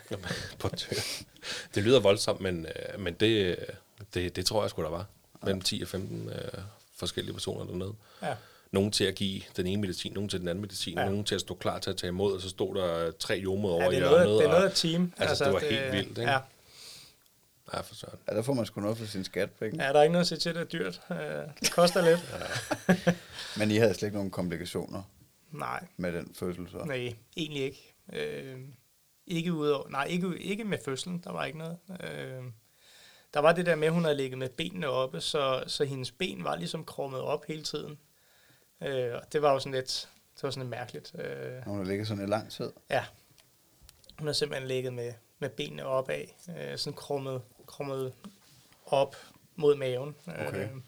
det lyder voldsomt, men, øh, men det, det, det tror jeg sgu, der var. Mellem ti og femten øh, forskellige personer dernede. Ja. Nogen til at give den ene medicin, nogen til den anden medicin, ja. nogen til at stå klar til at tage imod, og så stod der tre jordemødre over ja, i hjørnet. Det er noget af team. Altså, altså, det var det, helt vildt, ikke? Ja. Ja, for søren. Ja, der får man sgu noget for sin skat, ikke? Ja, der er ikke noget at sige til, det er dyrt. Det koster lidt. Ja. Men I havde slet ikke nogen komplikationer? Nej. Med den fødsel, så? Nej, egentlig ikke. Øh, ikke udover, nej, ikke, ikke med fødslen, der var ikke noget. Øh, der var det der med, at hun havde ligget med benene oppe, så, så hendes ben var ligesom krummet op hele tiden. Øh, og det var jo sådan lidt, det var sådan lidt mærkeligt. Øh, hun har ligget sådan i lang tid? Ja. Hun har simpelthen ligget med, med benene opad, øh, sådan krummet, krummet op mod maven. Okay. Øh,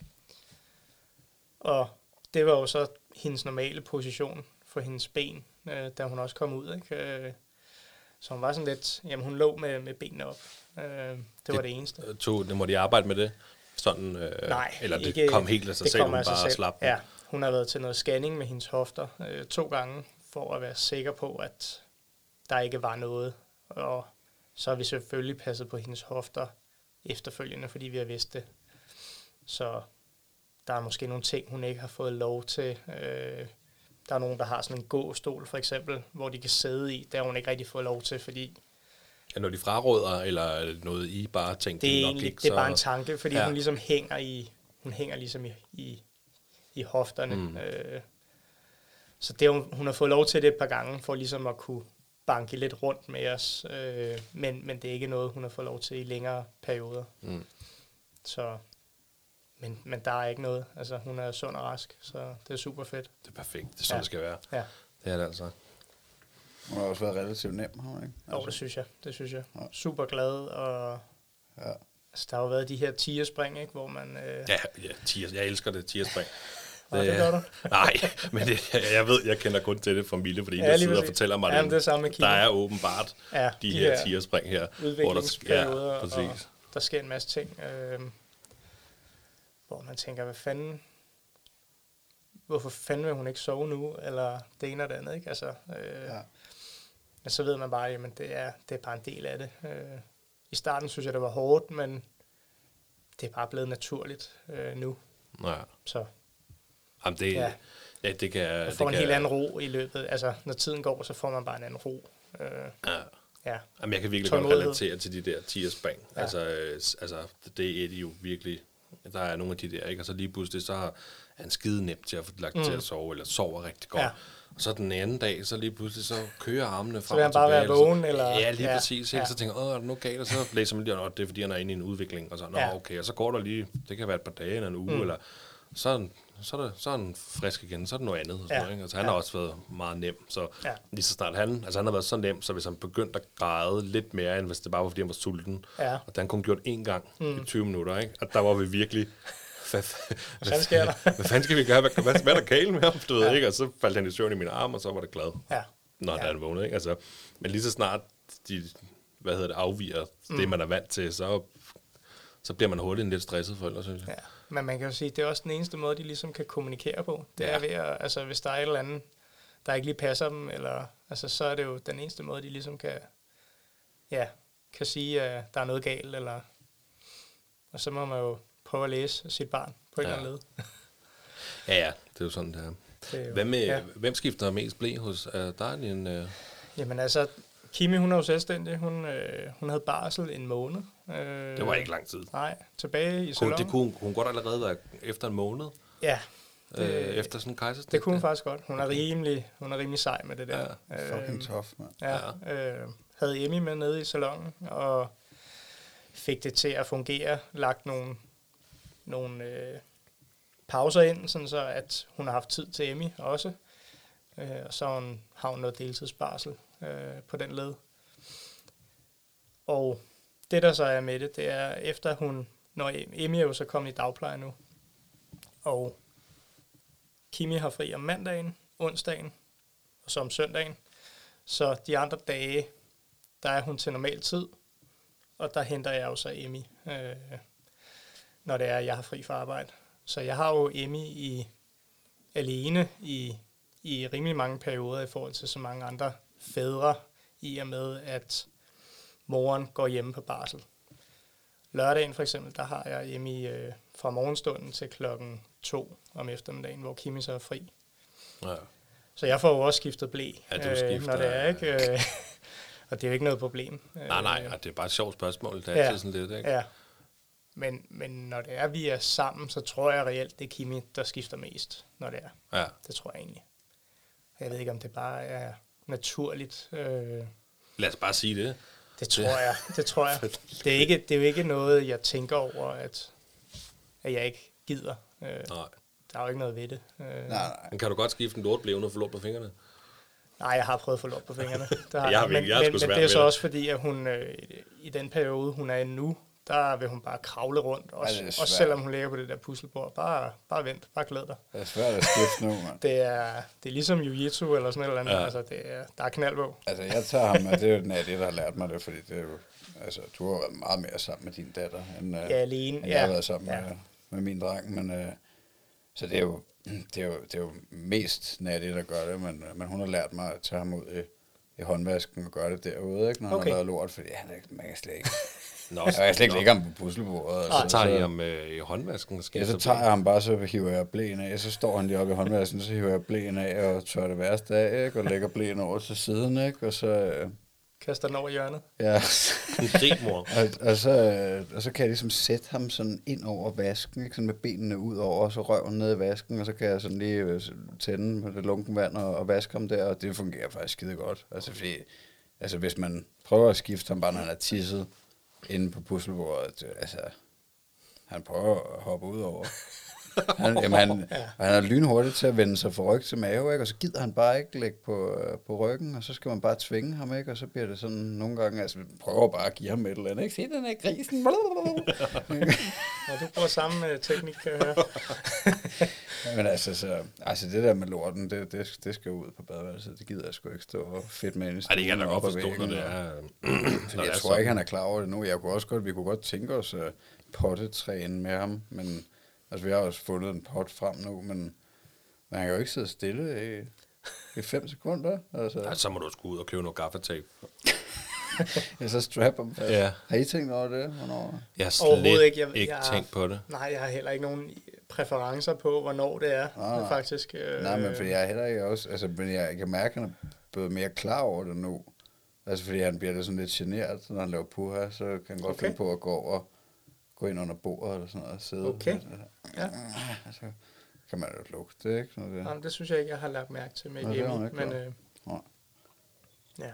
og det var jo så hendes normale position for hendes ben, øh, da hun også kom ud, ikke? Øh, så hun var sådan lidt, jamen hun lå med, med benene op. Øh, det, det var det eneste. Tog, må de arbejde med det? Sådan, øh, Nej, eller det ikke, kom helt af sig selv, hun bare selv. slap? Ja, hun har været til noget scanning med hendes hofter øh, to gange, for at være sikker på, at der ikke var noget. Og så har vi selvfølgelig passet på hendes hofter efterfølgende, fordi vi har vidst det. Så der er måske nogle ting, hun ikke har fået lov til. Øh, der er nogen, der har sådan en gåstol for eksempel, hvor de kan sidde i. Der har hun ikke rigtig fået lov til, fordi... Er når de fraråder, eller er det noget, I bare tænkte, det er, nok egentlig, ikke, det er så... bare en tanke, fordi ja. hun ligesom hænger i, hun hænger ligesom i, i, i hofterne. Mm. Øh, så det, hun, hun har fået lov til det et par gange, for ligesom at kunne banke lidt rundt med os. Øh, men, men det er ikke noget, hun har fået lov til i længere perioder. Mm. Så... Men, men der er ikke noget. Altså, hun er sund og rask, så det er super fedt. Det er perfekt. Det er sådan, ja. det skal være. Ja. Det er det altså. Hun har også været relativt nem, har hun ikke? Altså. Jo, det synes jeg. Det synes jeg. Ja. Super glad, og ja. altså, der har jo været de her tierspring, ikke, hvor man... Øh... Ja, ja tier, jeg elsker det, tierspring. Ja, det gør du. Nej, men det, jeg ved, jeg kender kun til det fra Mille, fordi ja, der sidder og fortæller mig, ja, det er samme der er åbenbart ja, de, de her tierspring her. Udviklingsperioder, ja, præcis. Og der sker en masse ting. Øh, hvor man tænker, hvad fanden, hvorfor fanden vil hun ikke sove nu, eller det ene og det andet, ikke? Altså, øh, ja. Men så ved man bare, jamen det er, det er bare en del af det. Øh, I starten synes jeg, det var hårdt, men det er bare blevet naturligt øh, nu. Ja. Så. Jamen det, ja. Ja, det kan... Man det får kan, en helt anden ro i løbet. Altså, når tiden går, så får man bare en anden ro. Øh, ja. Ja. Jamen, jeg kan virkelig godt relatere til de der tierspring. Ja. Altså, øh, altså, det er de jo virkelig... Der er nogle af de der, ikke? Og så lige pludselig, så er han skide nemt til at få lagt mm. til at sove, eller sover rigtig godt. Ja. Og så den anden dag, så lige pludselig, så kører armene frem og tilbage. Så vil han bare være vågen, eller? Ja, lige ja. præcis. Ja. Så tænker jeg, åh, er det nu galt? Og så læser man lige, at det er, fordi han er inde i en udvikling. Og så, nå, ja. okay. Og så går der lige, det kan være et par dage eller en uge, mm. eller så, så, er det, så er han frisk igen, så er det noget andet. Ja. Noget, ikke? Altså, han ja. har også været meget nem. Så ja. lige så snart han, altså han har været så nem, så hvis han begyndte at græde lidt mere, end hvis det bare var, fordi han var sulten. Ja. Og den kun gjort én gang mm. i tyve minutter, ikke? Og der var vi virkelig... Hvad, hvad, hvad sker der? Hvad fanden skal vi gøre? Hvad, hvad, hvad er der galt med ham? Du ved, ja. ikke? Og så faldt han i søvn i min arm, og så var det glad, ja. når ja. han vågnede. Ikke? Altså, men lige så snart de hvad hedder det, afviger mm. det, man er vant til, så, så bliver man hurtigt en lidt stresset forælder, synes jeg. Ja. Men man kan jo sige, det er også den eneste måde, de ligesom kan kommunikere på. Det ja. er ved at, altså hvis der er et eller andet, der ikke lige passer dem, eller, altså, så er det jo den eneste måde, de ligesom kan, ja, kan sige, at der er noget galt, eller, og så må man jo prøve at læse sit barn på en ja. eller anden led. Ja, ja, det er jo sådan, det er. Det er jo- Hvad med, ja. ja. Hvem skifter mest ble hos uh, dig? Din, uh... Jamen altså, Kimi, hun er jo selvstændig. Hun, øh, hun havde barsel en måned. Øh, Det var ikke lang tid. Nej, tilbage i Kunne, salon. det kunne hun godt allerede være efter en måned? Ja. Det, øh, efter sådan en kejsersnit? Det kunne hun faktisk godt. Hun er rimelig, hun er rimelig sej med det der. Ja, fucking tough, mand. Ja, øh, havde Emmy med nede i salonen, og fik det til at fungere. Lagt nogle, nogle øh, pauser ind, sådan så at hun har haft tid til Emmy også. Øh, og så hun, har hun noget deltidsbarsel øh, på den led. Og det, der så er med det, det er, efter hun, når Emmy er jo så kommet i dagpleje nu, og Kimi har fri om mandagen, onsdagen og så om søndagen. Så de andre dage, der er hun til normal tid, og der henter jeg jo så Emmy, øh, når det er, jeg har fri fra arbejde. Så jeg har jo Emmy i, alene i, i rimelig mange perioder i forhold til så mange andre fædre, i og med, at moren går hjemme på barsel. Lørdagen for eksempel, der har jeg Emmy øh, fra morgenstunden til klokken to om eftermiddagen, hvor Kimi så er fri. Ja. Så jeg får jo også skiftet ble, Ja, du øh, skifter, når det er, ikke? Øh, og det er jo ikke noget problem. Nej, nej, det er bare et sjovt spørgsmål. Det er Ja. altid sådan lidt, ikke? Ja. Men, men når det er, vi er sammen, så tror jeg reelt, det er Kimi, der skifter mest, når det er. Ja. Det tror jeg egentlig. Jeg ved ikke, om det bare er naturligt. Øh, Lad os bare sige det. det tror jeg. Det tror jeg. Det er, ikke, det er jo ikke noget, jeg tænker over, at, at jeg ikke gider. Øh, Nej. der er jo ikke noget ved det. Øh, Nej, nej. Men kan du godt skifte en lortblæve, når du får lort på fingrene? Nej, jeg har prøvet at få lort på fingrene. Det har Jeg har men, ikke- jeg har sgu men, svært men det er ved så det. også fordi, at hun øh, i den periode, hun er i nu, der vil hun bare kravle rundt. Også, det er også svært. selvom hun ligger på det der puslebord. Bare, bare vent, bare glæd dig. Det er svært at skifte nu, mand. Det er, det er ligesom jiu-jitsu eller sådan et eller andet. Ja. Altså, det er, der er knald på. Altså, jeg tager ham, og det er jo Nadia, der har lært mig det, fordi det er jo, altså, du har været meget mere sammen med din datter, end, øh, Ja, alene. end jeg har Ja. været sammen Ja. med, med min dreng, men øh, så det er jo, det er jo, det er jo mest Nadia, der gør det, men, øh, men hun har lært mig at tage ham ud i, i håndvasken og gøre det derude, ikke, når han Okay. har lavet lort, fordi han er, man kan slet ikke, Nå, jeg kan slet ikke lægge ham på puslebordet. så tager I ham øh, i håndvasken og Ja, skifter så tager jeg ham bare, så hiver jeg blæen af, så står han lige oppe i håndvasken, så hiver jeg blæen af og tør det værste af, ikke? Og lægger blæen over til siden, ikke? Og så, øh, Kaster den over hjørnet. ja, en gribmor. og, og, så, øh, og så kan jeg ligesom sætte ham sådan ind over vasken, ikke? Sådan med benene ud over, og så røven ned i vasken, og så kan jeg sådan lige øh, tænde på det lunken vand og, og vaske ham der, og det fungerer faktisk skide godt. Altså, fordi, altså hvis man prøver at skifte ham bare, når han er tisset inde på puslebordet, det, altså, han prøver at hoppe ud over. Han, jamen, han, Ja. og han er lynhurtig til at vende sig fra ryg til mave, ikke? Og så gider han bare ikke ligge på, øh, på ryggen, og så skal man bare tvinge ham, ikke? Og så bliver det sådan nogle gange, altså vi prøver bare at give ham et eller andet, ikke? Se den her grisen. Og du bruger samme øh, teknik, kan jeg høre. Men altså, så, altså det der med lorten, det, det, det skal ud på badeværelset, det gider jeg sgu ikke stå og fedt med ind i Ej, det kan jeg da stuen godt op ad forstå, når væggen, det og- er... Fordi når det jeg er tror sådan. ikke, han er klar over det nu. Jeg kunne også godt, vi kunne godt tænke os uh, pottetræne med ham, men altså, vi har også fundet en pot frem nu, men, men han kan jo ikke sidde stille i, i fem sekunder. Altså, Ej, så må du sgu ud og købe noget gaffatape. jeg så strap ham fast. Ja. Har I tænkt over det? Hvornår? Jeg har Overhovedet slet ikke. ikke, Jeg- ikke jeg- tænkt på det. Nej, jeg har heller ikke nogen præferencer på, hvornår det er, Ah, ah, faktisk. Øh, Nej, men fordi jeg er heller ikke også, altså, men jeg, jeg kan mærke, at han er blevet mere klar over det nu. Altså, fordi han bliver lidt sådan lidt generet, når han laver puha, så kan han godt Okay. finde på at gå over, gå ind under bordet eller sådan noget, og sidde. Okay. Altså, Ja. altså, kan man jo lugte det, ikke? Når det, Jamen, det synes jeg ikke, jeg har lagt mærke til med Nå, det har hun Emmy, ikke men gjort. øh, Nej. ja.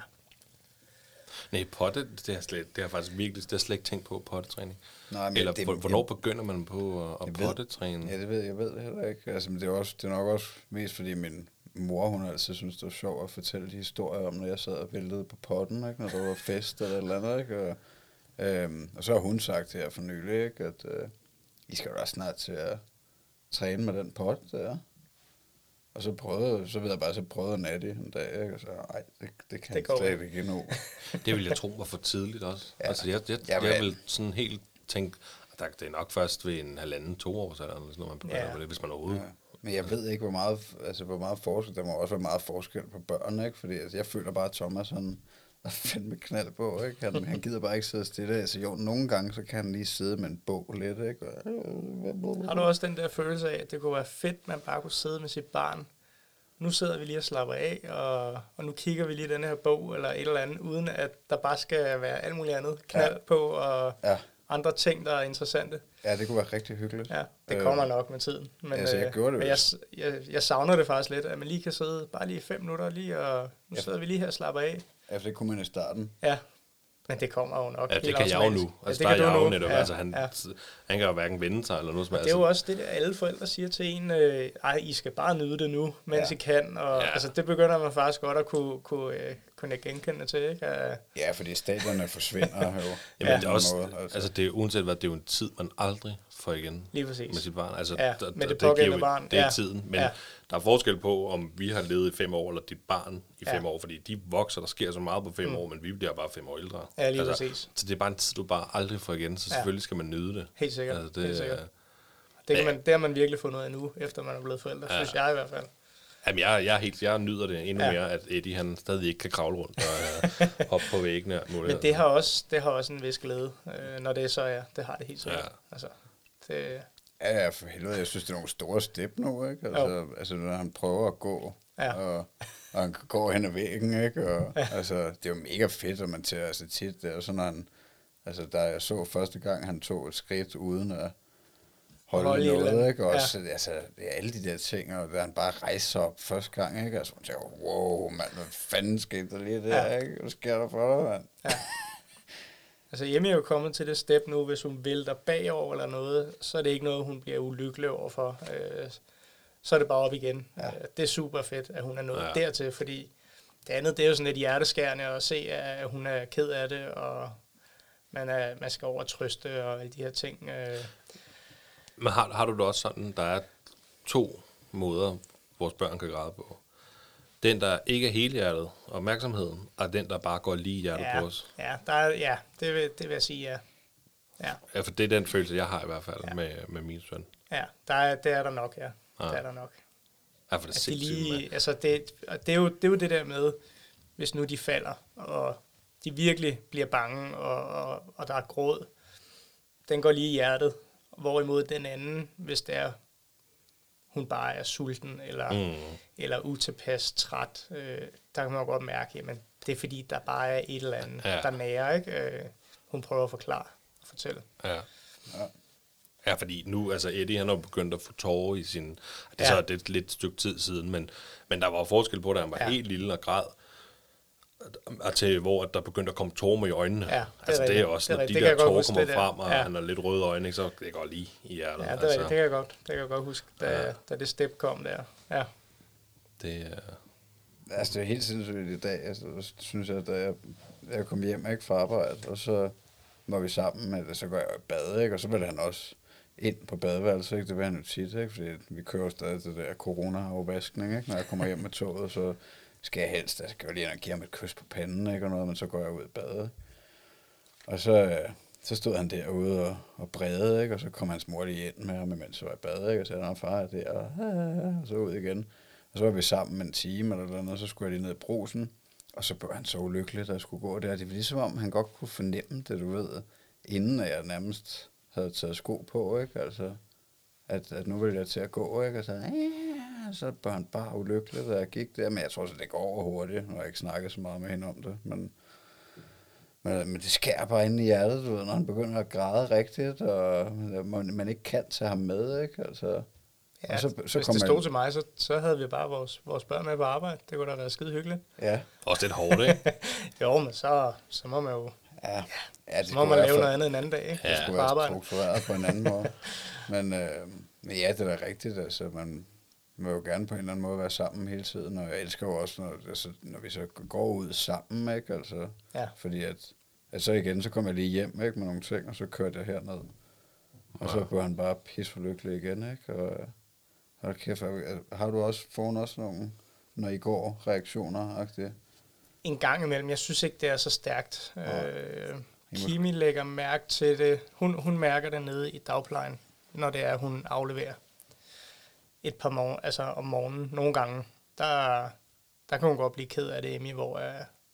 Nej, potte, det har, jeg slet, det har jeg faktisk virkelig, det har jeg slet ikke tænkt på, pottetræning. Nej, men Eller det, hvor- hvornår begynder man på at, at Jeg ved- pottetræne? Ja, det ved jeg ved det heller ikke. Altså, men det er, også, det er nok også mest, fordi min mor, hun altid synes, det var sjovt at fortælle de historier om, når jeg sad og væltede på potten, ikke? Når der var fest eller et eller andet, ikke? Og, øhm, og så har hun sagt her for nylig, ikke? At øh, I skal jo da snart til at træne med den pot der. Og så prøvede, så ved jeg bare, så prøvede Natty en dag, ikke? Og så, nej, det, det kan Det går det slet ikke endnu. Det vil jeg tro var for tidligt også. Ja. Ja. Altså, jeg, jeg, Ja, jeg, jeg men- vil sådan helt tænke, at der- det er nok først ved en halvanden, to år, så eller sådan noget, man begynder Ja. på det, hvis man overhovedet... Ja. Men jeg ved ikke, hvor meget, altså, hvor meget forskel, der må også være meget forskel på børn, ikke? Fordi altså, jeg føler bare, at Thomas, han er fandme knald på, ikke? Han, han gider bare ikke sidde stille. Altså jo, nogle gange, så kan han lige sidde med en bog lidt, ikke? Har du også den der følelse af, at det kunne være fedt, man bare kunne sidde med sit barn nu sidder vi lige og slapper af, og, og nu kigger vi lige den her bog, eller et eller andet, uden at der bare skal være alt muligt andet knald ja. på, og ja. andre ting, der er interessante. Ja, det kunne være rigtig hyggeligt. Ja, det kommer øh, nok med tiden. Men, altså, jeg gjorde det men jeg, jeg, jeg savner det faktisk lidt, at man lige kan sidde bare lige fem minutter, lige, og nu ja. sidder vi lige her og slapper af. Ja, for det kunne man i starten. Ja. Men det kommer jo nok. Ja, det kan jeg jo nu. Altså, ja, det der er jeg jo netop. Ja, altså, han, ja. han kan jo hverken vende sig eller noget som helst. Det er jo også det, der alle forældre siger til en, øh, ej, I skal bare nyde det nu, mens ja. I kan. Og, ja. Altså, det begynder man faktisk godt at kunne, kunne, øh, kunne genkende til, ikke? Uh, ja, fordi stadierne forsvinder jo. Jamen, ja. det er også, måde, altså. altså, det er uanset hvad, det er jo en tid, man aldrig får igen. Lige præcis. Med sit barn. Altså, ja, der, med det der, pågældende det barn. Det er ja. tiden, men ja. der er forskel på, om vi har levet i fem år, eller dit barn i fem ja. år, fordi de vokser, der sker så meget på fem mm. år, men vi bliver bare fem år ældre. Ja, lige altså, præcis. Så det er bare en tid, du bare aldrig får igen, så selvfølgelig ja. skal man nyde det. Helt sikkert. Altså, det, Helt sikkert. Det, kan man, det har man virkelig fundet ud af nu, efter man er blevet forældre, ja. synes jeg i hvert fald. Jamen, jeg, jeg, er helt, jeg nyder det endnu ja. mere, at Eddie han stadig ikke kan kravle rundt og uh, hoppe på væggene. Men det har, også, det har også en vis glæde, øh, når det så er. Det har det helt sikkert. Ja. Altså, det, ja, for helvede, jeg synes, det er nogle store step nu, ikke? Altså, altså når han prøver at gå, ja. og, og han går hen ad væggen, ikke? Og, ja. altså, det er jo mega fedt, at man til altså, tit, det er sådan, han, altså, da jeg så første gang, han tog et skridt uden at holde, holde noget, ikke? Og også, ja. altså, det er alle de der ting, og da han bare rejser op første gang, ikke? Altså, man tænker, wow, mand, hvad fanden skete der lige der, ja. ikke? Hvad sker der for dig, mand? Ja. Altså, Emmy er jo kommet til det step nu, hvis hun vælter bagover eller noget, så er det ikke noget, hun bliver ulykkelig overfor. Øh, så er det bare op igen. Ja. Øh, det er super fedt, at hun er nået ja. dertil, fordi det andet, det er jo sådan lidt hjerteskærende at se, at hun er ked af det, og man, er, man skal over trøste og alle de her ting. Øh. Men har, har du det også sådan, der er to måder, vores børn kan græde på? Den, der ikke er helhjertet opmærksomheden, og den, der bare går lige hjertet ja, på os. Ja, der er, ja det, vil, det vil jeg sige, ja. ja. Ja, for det er den følelse, jeg har i hvert fald ja. med, med min søn. Ja, der er, det er der nok, ja. ja. Det er der nok. Ja, for det er sindssygt. De lige, altså det, det, er jo, det er jo det der med, hvis nu de falder, og de virkelig bliver bange, og, og, og der er gråd, den går lige i hjertet. Hvorimod den anden, hvis det er, hun bare er sulten, eller, mm. eller utilpas, træt, øh, der kan man godt mærke, at det er fordi, der bare er et eller andet, ja. der nærer, ikke? Øh, hun prøver at forklare og fortælle. Ja. ja. Ja, fordi nu, altså Eddie, han har begyndt at få tårer i sin, det er ja. så det er lidt et stykke tid siden, men, men der var forskel på, da han var ja. helt lille og græd, og til hvor der begyndte at komme tårer i øjnene. Ja, det altså det er også, når det de der tårer kommer frem, og ja. han har lidt røde øjne, ikke, så det går lige i hjertet. Ja, det, altså. det, kan jeg godt, det kan jeg godt huske, da, ja. da det step kom der. Ja. Det er... Altså, det er helt sindssygt i dag, altså, synes jeg, da jeg, jeg kom hjem, ikke, fra arbejde, og så var vi sammen med det, så går jeg i bad, ikke, og så vil han også ind på badeværelset, ikke, det vil han jo tit, ikke, fordi vi kører stadig det der corona-afvaskning, ikke, når jeg kommer hjem med toget, så skal jeg helst, altså, kan jeg lige ind og give ham et kys på panden, ikke, og noget, men så går jeg ud i badet. Og så, så stod han derude og, og bredede, ikke, og så kom hans mor lige ind med ham, mens jeg var i badet, ikke, og så sagde han, far er der, og, og så ud igen. Og så var vi sammen en time eller noget, og så skulle jeg lige ned i brusen, og så blev han så ulykkelig, da jeg skulle gå der. Det var ligesom om, han godt kunne fornemme det, du ved, inden jeg nærmest havde taget sko på, ikke, altså, at, at nu ville jeg til at gå, ikke, og så, ja, så blev han bare ulykkelig, da jeg gik der, men jeg tror så, det går over hurtigt, når jeg ikke snakker så meget med hende om det, men, men, men det skærer bare inde i hjertet, du ved, når han begynder at græde rigtigt, og man, man ikke kan tage ham med, ikke, altså. Ja, så, så hvis det stod man til mig, så, så havde vi bare vores, vores børn med på arbejde. Det kunne da være skide hyggeligt. Ja. Også lidt hårdt, ikke? Jo, men så, så må man jo ja. Ja, så må man lave for, noget andet en anden dag, ikke? Ja. Det skulle være struktureret på en anden måde. Men, øh, men ja, det er da rigtigt. Altså, man må jo gerne på en eller anden måde være sammen hele tiden. Og jeg elsker jo også, når, altså, når vi så går ud sammen, ikke? Altså, ja. Fordi at, at så igen, så kommer jeg lige hjem, ikke? Med nogle ting, og så kørte jeg herned. Og ja. Så blev han bare pisforlykkelig igen, ikke? Og hold kæft, har du også, får også nogle, når I går, reaktioner-agtigt? En gang imellem. Jeg synes ikke, det er så stærkt. Ja. Øh, Kimi lægger mærke til det. Hun, hun mærker det nede i dagplejen, når det er, hun afleverer et par morgen, altså om morgenen. Nogle gange, der, der kan hun godt blive ked af det, Emmy, hvor uh,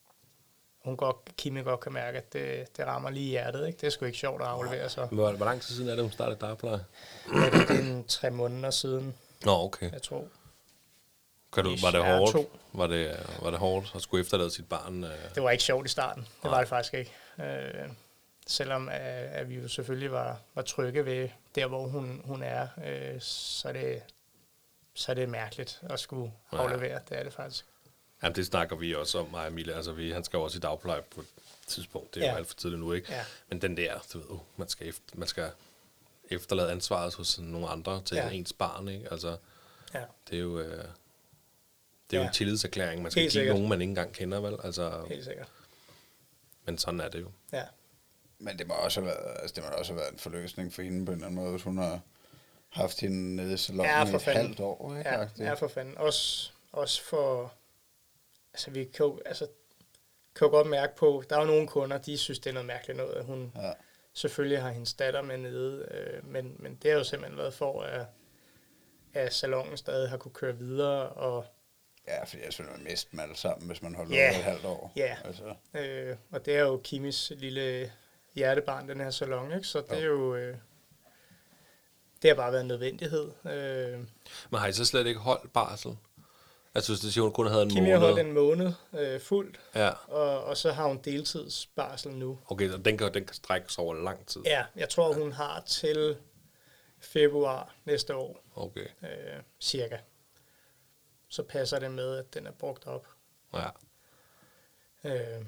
hun godt, Kimi godt kan mærke, at det, det rammer lige i hjertet. Ikke? Det er sgu ikke sjovt at aflevere så. Hvor, hvor lang tid siden er det, hun startede dagpleje? Ja, det er en tre måneder siden. Nå, okay. Jeg tror. Kan du, var det Ja, hårdt? to. Var det, var det hårdt at skulle efterlade sit barn? Øh? Det var ikke sjovt i starten. Det Nej. var det faktisk ikke. Øh, selvom at, at vi jo selvfølgelig var, var trygge ved der, hvor hun, hun er, øh, så, er det, så er det mærkeligt at skulle Ja. aflevere. Det er det faktisk. Jamen, det snakker vi også om, mig og Emilie. Altså, vi, han skal jo også i dagpleje på et tidspunkt. Det er ja. Ja. jo alt for tidligt nu, ikke? Ja. Men den der, du ved, uh, man, skal efter, man skal efterlade ansvaret hos nogle andre til ja. Ja. ens barn, ikke? Altså, Ja. det er jo, øh, det er jo Ja. en tillidserklæring. Man skal Helt give sikkert. nogen, man ikke engang kender, vel? Altså, Helt sikkert. men sådan er det jo. Ja. Men det må også have været, altså det må også have været en forløsning for hende på en eller anden måde, hvis hun har haft hende nede i salonen Ja, i for et fanden. halvt år. Ikke? Ja, Agtigt. ja, for fanden. Også, også for... Altså, vi kan jo, altså, kan jo godt mærke på... Der er jo nogle kunder, de synes, det er noget mærkeligt noget, at hun Ja. selvfølgelig har hendes datter med nede. Øh, men, men det har jo simpelthen været for, at, at salonen stadig har kunne køre videre. Og, Ja, fordi jeg synes, man miste dem alle sammen, hvis man holdt Ja. yeah. et halvt år. Ja. Altså, øh, og det er jo Kimis lille hjertebarn, den her salon, ikke? Så det er jo... Øh, det har bare været en nødvendighed. Øh, Men har I så slet ikke holdt barsel? Altså, hvis det siger, hun kun havde en Kimi har måned. holdt en måned øh, fuldt, Ja, og, og så har hun deltidsbarsel nu. okay, så den kan, den kan strækkes over lang tid. Ja, jeg tror, hun har til februar næste år, Okay, øh, cirka. Så passer det med, at den er brugt op. ja. Øh,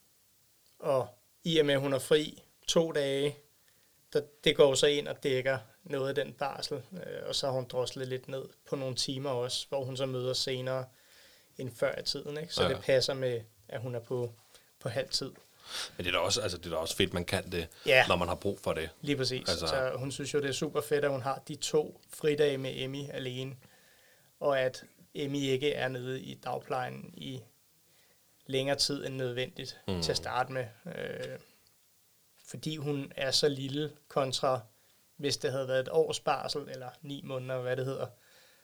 og i og med, at hun er fri to dage, der, det går så ind og dækker noget af den barsel. Øh, og så har hun droslet lidt ned på nogle timer også, hvor hun så møder senere end før i tiden. Ikke? Så Ja. ja. det passer med, at hun er på, på halv tid. Men det er da også, altså, det er da også fedt, man kan det, Ja. når man har brug for det. Lige præcis. Altså- Altså, så hun synes jo, det er super fedt, at hun har de to fridage med Emmy alene, og at Emmy ikke er nede i dagplejen i længere tid end nødvendigt Mm. mm. til at starte med. Øh, fordi hun er så lille kontra, hvis det havde været et års barsel, eller ni måneder, hvad det hedder,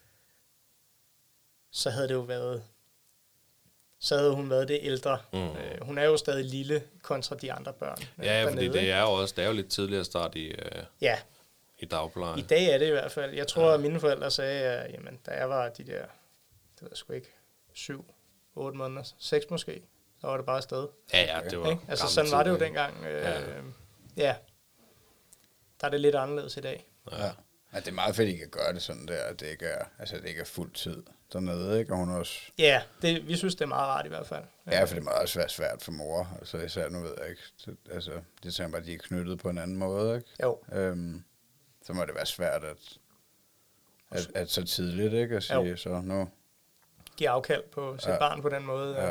så havde det jo været, så havde hun været det ældre. Mm. Øh, hun er jo stadig lille kontra de andre børn. øh, Ja, fordi dernede, det ikke? er jo også, det er jo lidt tidligere at starte i, øh, Ja, i dagpleje. i dag er det i hvert fald. Jeg tror, ja. at mine forældre sagde, at jamen, da jeg var de der, det ved jeg sgu ikke, syv, otte måneder, seks måske, så var det bare afsted. Ja, ja, det var Ikke? Altså gamle sådan var det jo tider, dengang. Øh, Ja. ja. ja. Der er det lidt anderledes i dag. ikke? ja. Ja, det er meget fedt, at I kan gøre det sådan der, at det ikke er, altså, det ikke er fuld tid dernede, ikke? Og hun også... Ja, det, vi synes, det er meget rart i hvert fald. Ja, for det må også være svært for mor. Altså især, nu ved jeg ikke, så, altså, det tænker bare, at de er knyttet på en anden måde, ikke? Jo, Øhm, så må det være svært at, at, at så tidligt, ikke? At sige, Jo. så nu... give afkald på sit Ja. ja. barn på den måde. Ja. Ja.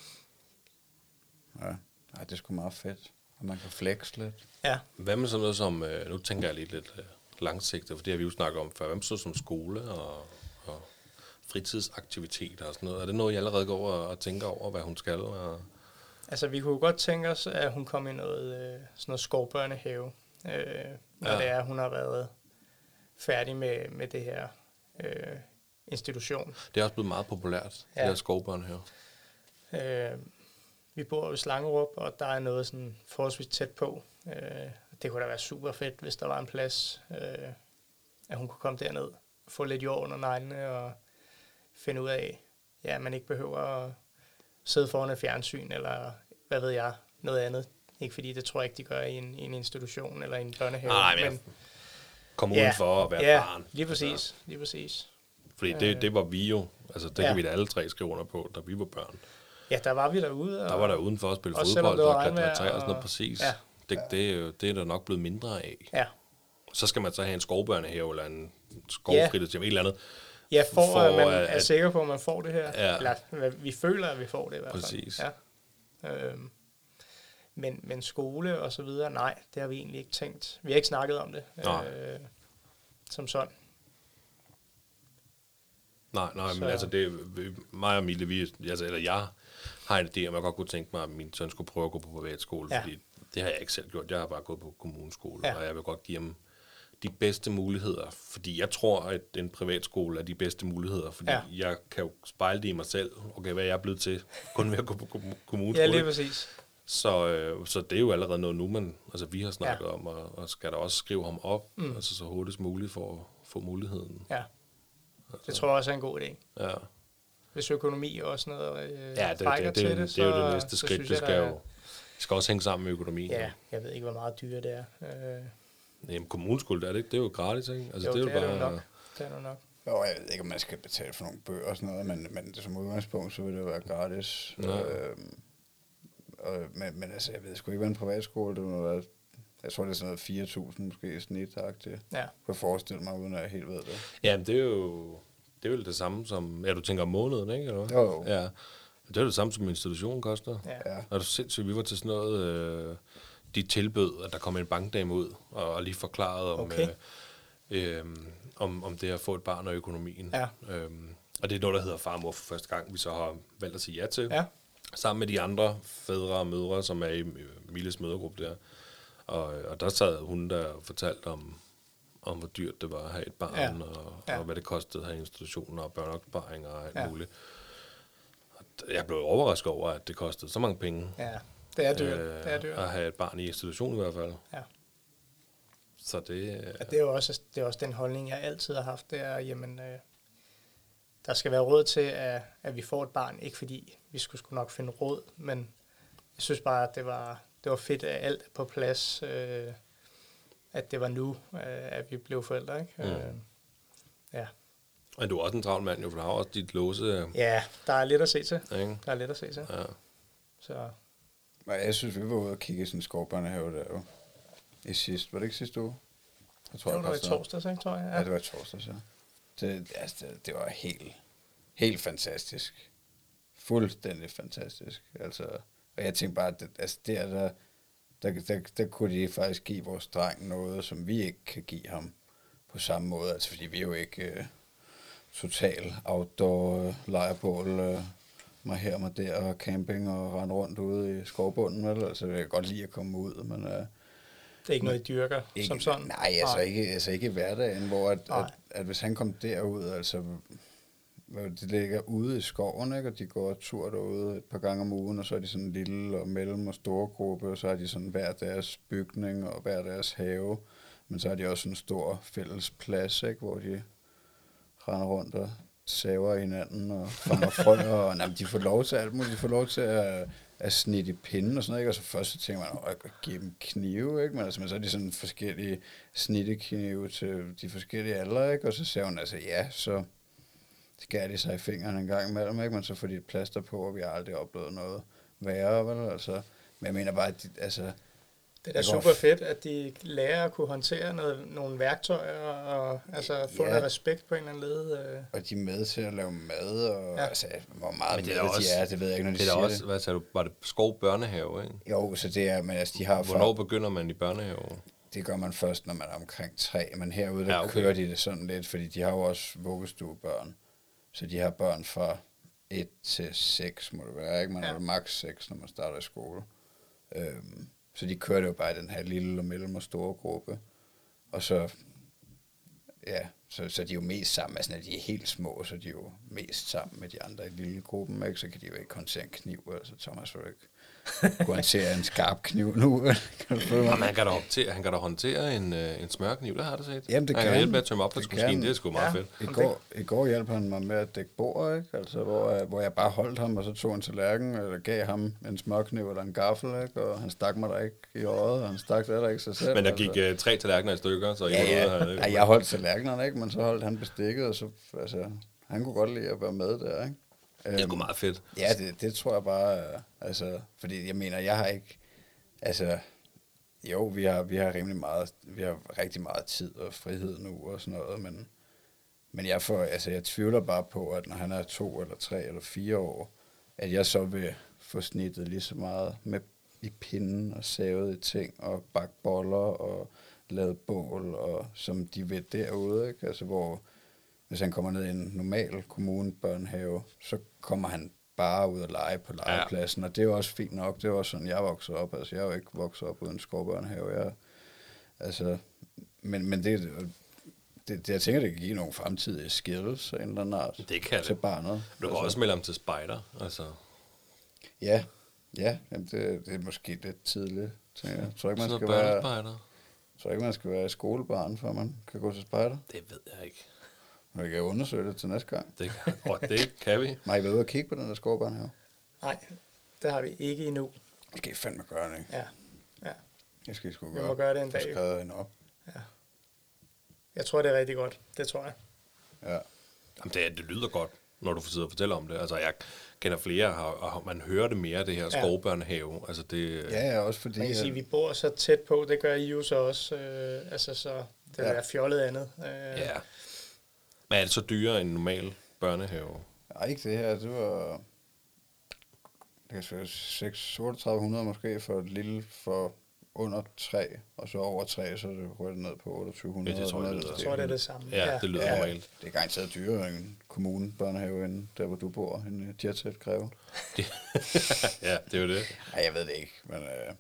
Ja. Ej, det er sgu meget fedt. Og man kan flex lidt. ja. Hvad med sådan noget som, øh, nu tænker jeg lige lidt øh, langsigtet, for det har vi jo snakket om før. Hvad med sådan noget som skole og, og fritidsaktiviteter og sådan noget? Er det noget, I allerede går over og tænker over, hvad hun skal? Og... Altså, vi kunne godt tænke os, at hun kom i noget, øh, sådan noget skovbørnehave, øh, når Ja. ja. det er, hun har været færdig med, med det her øh, institution. Det er også blevet meget populært, ja. Ja. Det her skovbørn her. Øh, vi bor i Slangerup, og der er noget sådan forholdsvis tæt på. Øh, det kunne da være super fedt, hvis der var en plads, øh, at hun kunne komme derned, få lidt jord under neglene og finde ud af, ja, at man ikke behøver at sidde foran et fjernsyn, eller hvad ved jeg, noget andet. Ikke fordi det tror jeg ikke, de gør i en, i en institution eller i en børnehave. Nej, men, men komme ja, udenfor og være ja, barn. lige præcis, Altså, lige præcis. fordi det, det var vi jo, altså det Ja. kan vi da alle tre skrive under på, da vi var børn. Ja, der var vi derude. Og Der var der udenfor at spille også selvom fodbold det var og klatre regnvejr træer og sådan noget, og- præcis. Ja. Det, det, er jo, det er der nok blevet mindre af. Ja, Så skal man så have en skovbørnehave eller en skovfritidshjem, et eller andet. ja for, For at man at- er sikker på, at man får det her. Ja. Eller hvad vi føler, at vi får det i hvert fald. Præcis. Ja. Øhm, men, men skole og så videre, nej, det har vi egentlig ikke tænkt. Vi har ikke snakket om det. Nej. Øh, som sådan. Nej, nej, men Så- altså det, vi- mig og Mille, vi, altså, eller jeg har en idé, om jeg godt kunne tænke mig, at min søn skulle prøve at gå på privatskole, Ja. fordi det har jeg ikke selv gjort. Jeg har bare gået på kommuneskole, Ja. og jeg vil godt give ham de bedste muligheder, fordi jeg tror, at en privatskole er de bedste muligheder, fordi Ja. jeg kan jo spejle det i mig selv. Okay, hvad er jeg blevet til? Kun ved at gå på kommu- Ja, kommuneskole. lige ikke? præcis. Så, øh, så det er jo allerede noget nu, man, altså vi har snakket Ja. om, og, og skal der også skrive ham op, Mm. altså så hurtigst muligt for at få muligheden. Ja, det tror jeg også er en god idé. Ja. hvis økonomi og sådan noget øh, Ja, det, trækker det, det, til det, det, det er jo det så- næste så skridt. synes Det jeg, skal der jo det skal også hænge sammen med økonomien. Ja, jeg ved ikke, hvor meget dyre det er. Øh, Jamen, kommuneskuld, er det ikke? Det er jo gratis, ikke? Altså, jo, det er jo det er bare... det jo nok. Det er det nok. Jo, jeg ved ikke, om man skal betale for nogle bøger og sådan noget, men, men det, som udgangspunkt, så vil det jo være gratis. Ja. Øhm, og, men, men altså, jeg ved sgu ikke, hvad en privatskole, det må være, jeg tror, det er sådan noget fire tusind måske i snit-agtigt. Ja. Jeg kan forestille mig, uden at jeg helt ved det. Jamen, det er jo... Det er vel det samme som... Ja, du tænker om måneden, ikke? Eller hvad? Jo, jo. Ja. Det er jo det samme, som institutionen koster. Ja. Ja. Og du sindssygt, vi var til sådan noget... Øh, de tilbød, at der kom en bankdame ud, og, og lige forklarede om, Okay. øh, øh, om, om det at få et barn og økonomien. Ja. Øhm, og det er noget, der hedder Far og Mor for første gang, vi så har valgt at sige ja til. Ja. Sammen med de andre fædre og mødre, som er i Miles mødergruppe der. Og, og der sad hun der og fortalte om, om hvor dyrt det var at have et barn, Ja. og, Ja. og hvad det kostede at have institutioner og børneopsparing og alt Ja. muligt. Og jeg blev overrasket over, at det kostede så mange penge. Ja, det er dyrt. øh, Det er dyrt. At have et barn i institution i hvert fald. Ja. Så det... Ja, det er jo også, det er også den holdning, jeg altid har haft, det er, jamen, øh, der skal være råd til, at, at vi får et barn, ikke fordi vi skulle, skulle nok finde råd, men jeg synes bare, at det var, det var fedt, at alt er på plads, øh, at det var nu, øh, at vi blev forældre, ikke? Mm. Øh, ja. Og du er også en travl mand, jo, for du har også dit låse... ja, der er lidt at se til. Ikke? Der er lidt at se til. Ja. Så Og jeg synes, vi var ude og kigge i sådan en skovbørnehave der jo. I sidst, var det ikke sidste uge? Jeg tror, det var i kostede noget. torsdags, ikke, tror jeg? Ja, det var i torsdags, ja. Det, altså, det, det var helt, helt fantastisk. Fuldstændig fantastisk. Altså, og jeg tænkte bare, at det, altså, der, der, der, der, der kunne de faktisk give vores dreng noget, som vi ikke kan give ham på samme måde. Altså, fordi vi er jo ikke uh, total outdoor uh, lejrebål, uh, mig her, mig der, og camping og rende rundt ude i skovbunden. Vel? Altså, jeg kan godt lide at komme ud, men... Uh, Det er ikke noget, I dyrker ikke, som sådan? Nej, altså, Nej. Ikke, altså ikke i hverdagen, hvor at, Nej. at, at hvis han kom derud, altså, hvor de ligger ude i skoven, ikke, og de går tur derude et par gange om ugen, og så er de sådan en lille og mellem og store gruppe, og så har de sådan hver deres bygning og hver deres have, men så har de også en stor fælles plads, ikke, hvor de render rundt og saver hinanden og fanger frøer, og nej, de får lov til alt muligt, de får lov til at at snitte i pinden og sådan noget, ikke? Og så først så tænker man, at jeg kan give dem knive, ikke? Men, altså, men så er de sådan forskellige snitteknive til de forskellige aldre, ikke? Og så siger hun altså, ja, så skærer de sig i fingrene en gang imellem, ikke? Men så får de et plaster på, og vi har aldrig oplevet noget værre, vel? Altså, men jeg mener bare, at de, altså... Det er da super fedt, at de lærer at kunne håndtere noget, nogle værktøjer og altså, få Ja. noget respekt på en eller anden led. Øh. Og de er med til at lave mad, og Ja. altså, hvor meget Men det med er da de også- er, det ved jeg ikke, når de Det er da siger også, det. hvad sagde du, var det Skov Børnehave, ikke? Jo, så det er, men altså, de har Hvornår begynder man i børnehave? Det gør man først, når man er omkring tre, men herude, der Ja, ja, okay. okay. kører de det sådan lidt, fordi de har jo også vuggestuebørn. Så de har børn fra et til seks, må det være, ikke? Man Ja. er maks seks, når man starter i skole. Øhm, så de kører det jo bare i den her lille og mellem og store gruppe. Og så, ja, så, så de er jo mest sammen, altså når de er helt små, så de er jo mest sammen med de andre i lille gruppen, ikke? Så kan de jo ikke håndtere en kniv, altså Thomas vil jo ikke kunne håndtere en skarp kniv nu. Kan du følge mig? Jamen, han kan da håndtere, han kan da håndtere en, øh, en smørkniv, det har jeg da set. Jamen, det han kan kan hjælpe med han. at tømme Det opvaskemaskinen, kan. det er sgu meget Ja. fedt. I går, I går hjalp han mig med at dække bord, ikke? Altså, hvor, jeg- hvor jeg bare holdt ham, og så tog en tallerken, eller gav ham en smørkniv eller en gaffel, ikke? Og han stak mig der ikke i øjet, og han stak der heller ikke sig selv. Men der altså. gik øh, tre tallerkener i stykker, så I Ja, var ude ja. at have det. ja, jeg holdt tallerkenerne, ikke? Men så holdt han bestikket, og så, altså, han kunne godt lide at være med der, ikke? Det er sgu Øhm, meget fedt. Ja, det, det tror jeg bare, øh, altså, fordi jeg mener, jeg har ikke, altså, jo, vi har, vi har rimelig meget, vi har rigtig meget tid og frihed nu og sådan noget, men, men jeg får, altså, jeg tvivler bare på, at når han er to eller tre eller fire år, at jeg så vil få snittet lige så meget med i pinden og savet i ting og bagt boller og lavet bål, og som de vil derude, ikke? Altså, hvor hvis han kommer ned i en normal kommunebørnehave, så kommer han bare ud og lege på legepladsen, og det er jo også fint nok. Det er jo også sådan, jeg voksede op. Altså, jeg er jo ikke vokset op uden skovbørnehave. Jeg, altså, men, men det, det, det, jeg tænker, det kan give nogle fremtidige skills af en eller anden art Det kan til det. barnet. Du kan altså, også melde ham til spejder, altså. Ja, ja jamen det, det er måske lidt tidligt. Tænker jeg. Jeg tror ikke, man Sådan skal noget være, børnespejder. tror ikke, man skal være skolebarn, før man kan gå til spejder. Det ved jeg ikke. Og vi kan undersøge det til næste gang. Det, og det kan vi. Må I være ude og kigge på den der skovbørnehave? Nej, det har vi ikke endnu. Det skal I fandme gøre, ikke? Ja, ja. Det skal I sgu Vi gøre. må gøre det en Få dag. skrevet hende op. Ja. Jeg tror, det er rigtig godt. Det tror jeg. Ja. Jamen, det, det lyder godt, når du sidder og fortæller om det. Altså, jeg kender flere, og, og man hører det mere, det her skovbørnehave. Altså, det... Ja, ja, også fordi... Man kan sige, at- at vi bor så tæt på, det gør I jo så også. Øh, altså, så det Ja. er fjollet andet. Øh, Ja. Men er det så dyrere end en normal børnehave? Nej, ikke det her. Det var... Det kan være seks syv hundrede måske for et lille for under tre, og så over tre, så er det rødt ned på otteogtyve hundrede. Ja, det tror jeg lyder- jeg tror, det er det samme. Ja, det lyder Ja, normalt. det er garanteret dyrere end en kommune børnehave, end der, hvor du bor, en Jetset kræver. Ja, det er jo det. Nej, jeg ved det ikke, men... Øh,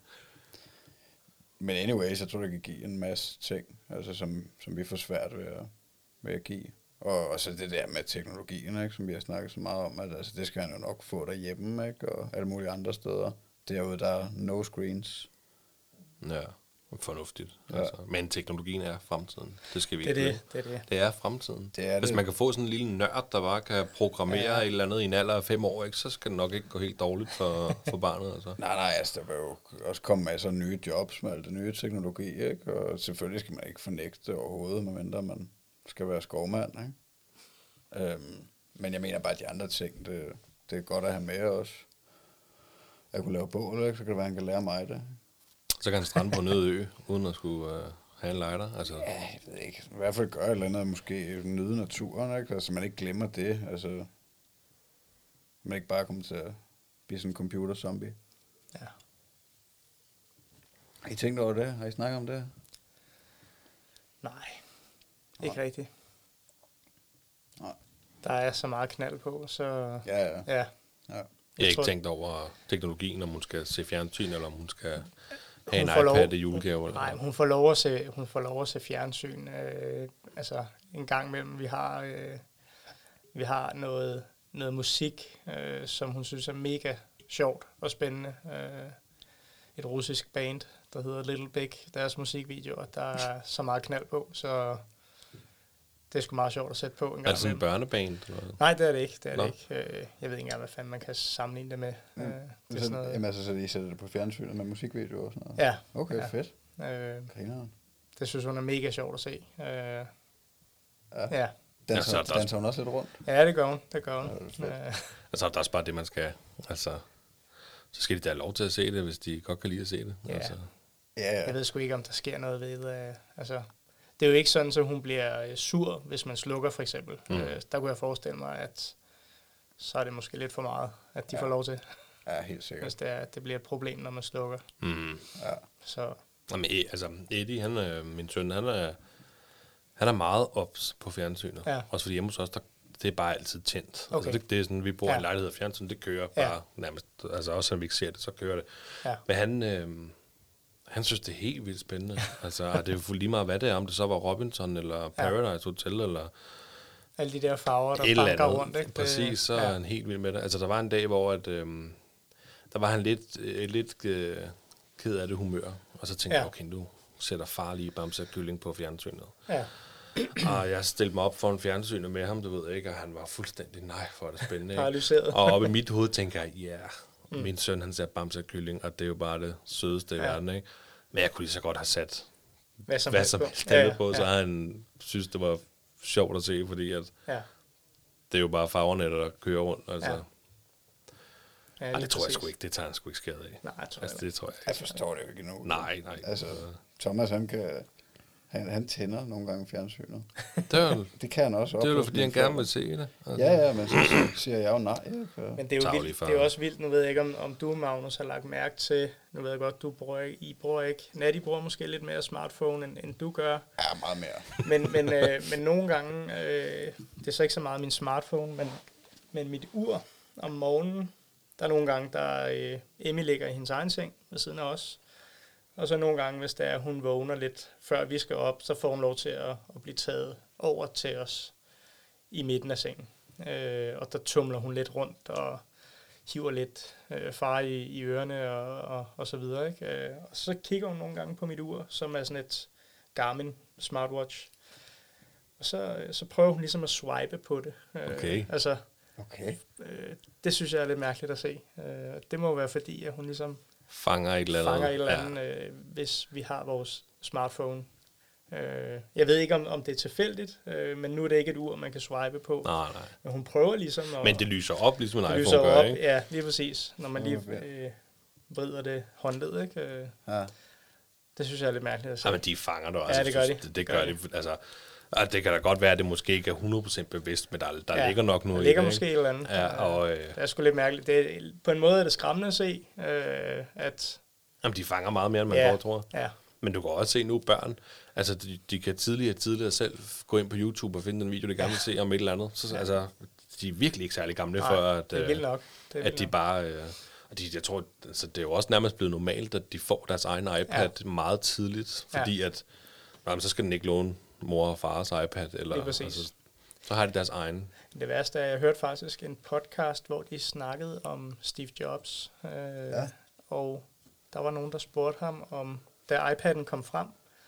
men anyway, så tror jeg, det kan give en masse ting, altså, som, som vi får svært ved at, ved at give. Og, og så det der med teknologien, ikke, som vi har snakket så meget om, at altså, det skal han jo nok få derhjemme, ikke, og alle mulige andre steder. Derude, der er no screens. Ja, fornuftigt. Ja. Altså. Men teknologien er fremtiden. Det skal vi Det er ikke det, det er det. Det er fremtiden. Det er Hvis det. man kan få sådan en lille nørd, der bare kan programmere Ja. ja. et eller andet i en alder af fem år, ikke, så skal det nok ikke gå helt dårligt for, for barnet. Altså. Nej, nej, altså, der vil jo også komme masser af nye jobs med alt det nye teknologi, ikke? Og selvfølgelig skal man ikke fornægte det overhovedet, medmindre man skal være skovmand, ikke? Øhm, men jeg mener bare, at de andre ting, det, det er godt at have med også. At kunne lave bål, ikke? Så kan det være, at han kan lære mig det. Så kan han strande på en øde ø, uden at skulle uh, have en lighter. Altså, Ja, jeg ved ikke. I hvert fald gøre et eller andet, måske nyde naturen, ikke? Altså, man ikke glemmer det, altså... Man ikke bare kommer til at blive sådan en computer-zombie. Ja. Har I tænkt over det? Har I snakket om det? Nej, ikke Nej. rigtigt. Nej. Der er så meget knald på, så Ja, ja. ja. ja. jeg har ikke tror- tænkt over teknologien, om hun skal se fjernsyn, eller om hun skal have Hun en får lov- iPad i julegave. Eller Nej, hun får lov at se, hun får lov at se fjernsyn. Øh, altså en gang imellem. Vi har, øh, vi har noget, noget musik, øh, som hun synes er mega sjovt og spændende. Øh, et russisk band, der hedder Little Big. Deres musikvideoer, der er så meget knald på, så det er sgu meget sjovt at sætte på en Er gang det sådan en imellem. børneband? Eller hvad? Nej, det er det ikke. Det er Nå. det ikke. Øh, jeg ved ikke engang, hvad fanden man kan sammenligne det med. Mm. Øh, det er sådan Så, noget, jamen altså, så I sætter det på fjernsynet med musikvideoer og sådan noget? ja, Okay, ja. fedt. øh, Grineren. det synes hun er mega sjovt at se. Øh, Ja. ja. Danser, Ja, så er der- danser hun også lidt rundt? ja, det gør hun. Det gør Ja, hun. det er fedt. Øh, Altså, der er også bare det, man skal... Altså, så skal de da have lov til at se det, hvis de godt kan lide at se det. Ja. Altså, Ja, Jeg ja. ved sgu ikke, om der sker noget ved... Øh, altså, det er jo ikke sådan, at hun bliver øh, sur, hvis man slukker, for eksempel. Mm. Mm. Øh, der kunne jeg forestille mig, at så er det måske lidt for meget, at de Ja. får lov til, Ja, helt sikkert. hvis det, er, at det bliver et problem, når man slukker. mm. Ja. Så Jamen, e- altså, Eddie, han, er, min søn, han er, han er meget ops på fjernsynet. Ja. Også fordi hjemme hos os, der, det er bare altid tændt. Okay. Altså, det, det er sådan, vi bor ja. i Ja. en lejlighed, og fjernsyn, det kører Ja. bare nærmest. Altså også, når vi ikke ser det, så kører det. ja, Men han, øh, han synes, det er helt vildt spændende. Altså, og det er jo lige meget, hvad det er, om det så var Robinson, eller Paradise Hotel, eller alle de der farver, der et eller banker andet. rundt. Ikke? Det- Præcis, så ja. er han helt vild med det. Altså, der var en dag, hvor at, øhm, der var han lidt, øh, lidt øh, ked af det humør. Og så tænkte Ja. jeg, okay, nu sætter farlige bamse og kylling på fjernsynet. Ja, Og jeg stillede mig op for en fjernsynet med ham, du ved ikke, og han var fuldstændig, nej, for det spændende. Ikke? paralyseret. Og oppe i mit hoved tænker jeg, ja, yeah, mm. min søn, han ser bamse og kylling, og det er jo bare det sødeste i Ja. verden, ikke? Men jeg kunne lige så godt have sat Hvad som hvad helst som på. helst andet Ja, på, så ja, han synes, det var sjovt at se, fordi at ja. det er jo bare farverne, der kører rundt. Altså. Ja. Ja. Ja, Ej, lige det tror jeg præcis. sgu ikke. Det tager han sgu ikke skade af. Nej, jeg tror Altså, jeg det tror jeg Jeg ikke. forstår det jo ikke endnu. Nej, nej. Altså, Thomas, han kan... Han, han tænder nogle gange fjernsynet. Det er jo, Det kan han også. det er jo opleve fordi, han som gerne vil forælder. se det. Altså. Ja, ja, men så så siger jeg jo nej. Ikke? Og- Men det er jo Tarvelig vildt, far. det er jo også vildt, nu ved jeg ikke, om, om du, Magnus, har lagt mærke til, nu ved jeg godt, du bruger ikke, I bruger ikke, Natty bruger måske lidt mere smartphone, end, end du gør, Ja, meget mere. men, men, øh, men nogle gange, øh, det er så ikke så meget min smartphone, men, men mit ur om morgenen, der er nogle gange, der øh, Emmy ligger i hendes egen seng ved siden af os, og så nogle gange, hvis det er, hun vågner lidt før vi skal op, så får hun lov til at, at blive taget over til os i midten af sengen. Øh, og der tumler hun lidt rundt og hiver lidt øh, far i, i ørerne og, og, og så videre. Ikke? Øh, og så kigger hun nogle gange på mit ur, som er sådan et Garmin smartwatch. Og så, så prøver hun ligesom at swipe på det. Okay. Øh, altså, Okay. øh, det synes jeg er lidt mærkeligt at se. Øh, det må være fordi, at hun ligesom Fanger et eller andet. fanger et eller andet, ja. øh, hvis vi har vores smartphone. Øh, jeg ved ikke, om, om det er tilfældigt, øh, men nu er det ikke et ur, man kan swipe på. Nej, nej. Men hun prøver ligesom at... Men det lyser op, ligesom en det iPhone lyser gør, op, ikke? Ja, lige præcis. Når man lige Okay. øh, vrider det håndled, ikke? Øh, Ja. Det synes jeg er lidt mærkeligt at se. Ja, men de fanger det også. Ja, det gør de. Det, det gør de. Altså, altså, det kan da godt være, at det måske ikke er hundrede procent bevidst, men der, der ja, ligger nok noget der ligger i det, måske ikke? et eller andet. Ja, og, øh, det er sgu lidt mærkeligt. Det er, på en måde er det skræmmende at se, øh, at... Jamen, de fanger meget mere, end man ja, får, tror jeg. Ja. Men du kan også se nu børn, altså de, de kan tidligere tidligere selv gå ind på YouTube og finde den video, de gerne vil se om et eller andet. Så, ja. Altså, de er virkelig ikke særlig gamle, Nej, for at, det er vildt nok. Det er at vildt de nok. bare... Øh, og de, jeg tror, altså, det er jo også nærmest blevet normalt, at de får deres egen iPad ja. meget tidligt, fordi ja. at jamen, så skal den ikke låne mor og fars iPad, eller altså, så har de deres egen. Det værste er, at jeg hørte faktisk en podcast, hvor de snakkede om Steve Jobs, øh, ja. og der var nogen, der spurgte ham, om da iPad'en kom frem,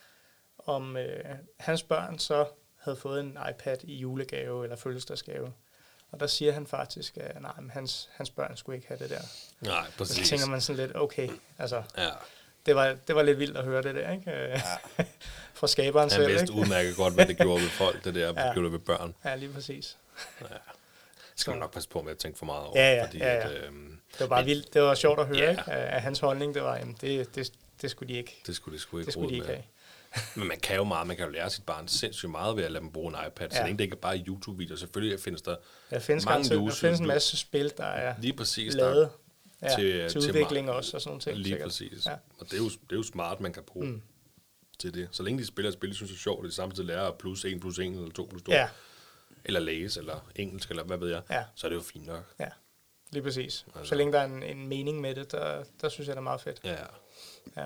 om øh, hans børn så havde fået en iPad i julegave eller fødselsdagsgave. Og der siger han faktisk, at nej, men hans, hans børn skulle ikke have det der. Nej, præcis. Så tænker man sådan lidt, okay, altså, ja. det, var, det var lidt vildt at høre det der, ikke? Ja. Fra skaberen han selv, ikke? Han vidste udmærket godt, hvad det gjorde ved folk, det der, ja. gjorde det ved børn. Ja, lige præcis. Ja. Det skal man nok passe på med at tænke for meget over. Ja, ja, fordi ja, ja. At, øhm, det var bare men, vildt, det var sjovt at høre, ja. ikke? At hans holdning, det var, jamen, det, det, det skulle de ikke. Det skulle de sgu ikke, det skulle de ikke med. have. Men man kan jo meget, man kan jo lære sit barn sindssygt meget ved at lade dem bruge en iPad, ja. Så længe det ikke er bare YouTube-videoer. Selvfølgelig findes der, der findes mange til, YouTube, der findes en masse spil, der er lige præcis, lavet der, ja, til, til udvikling til også og sådan nogle ting. Lige sikkert. Præcis. Ja. Og det er, jo, det er jo smart, man kan bruge mm. til det. Så længe de spiller et spil, de synes det er sjovt, og de samtidig lærer plus en plus en eller to plus to, ja. Eller læse, eller engelsk, eller hvad ved jeg, ja. Så er det jo fint nok. Ja, lige præcis. Altså. Så længe der er en, en mening med det, der, der synes jeg, det er meget fedt. Ja. Ja.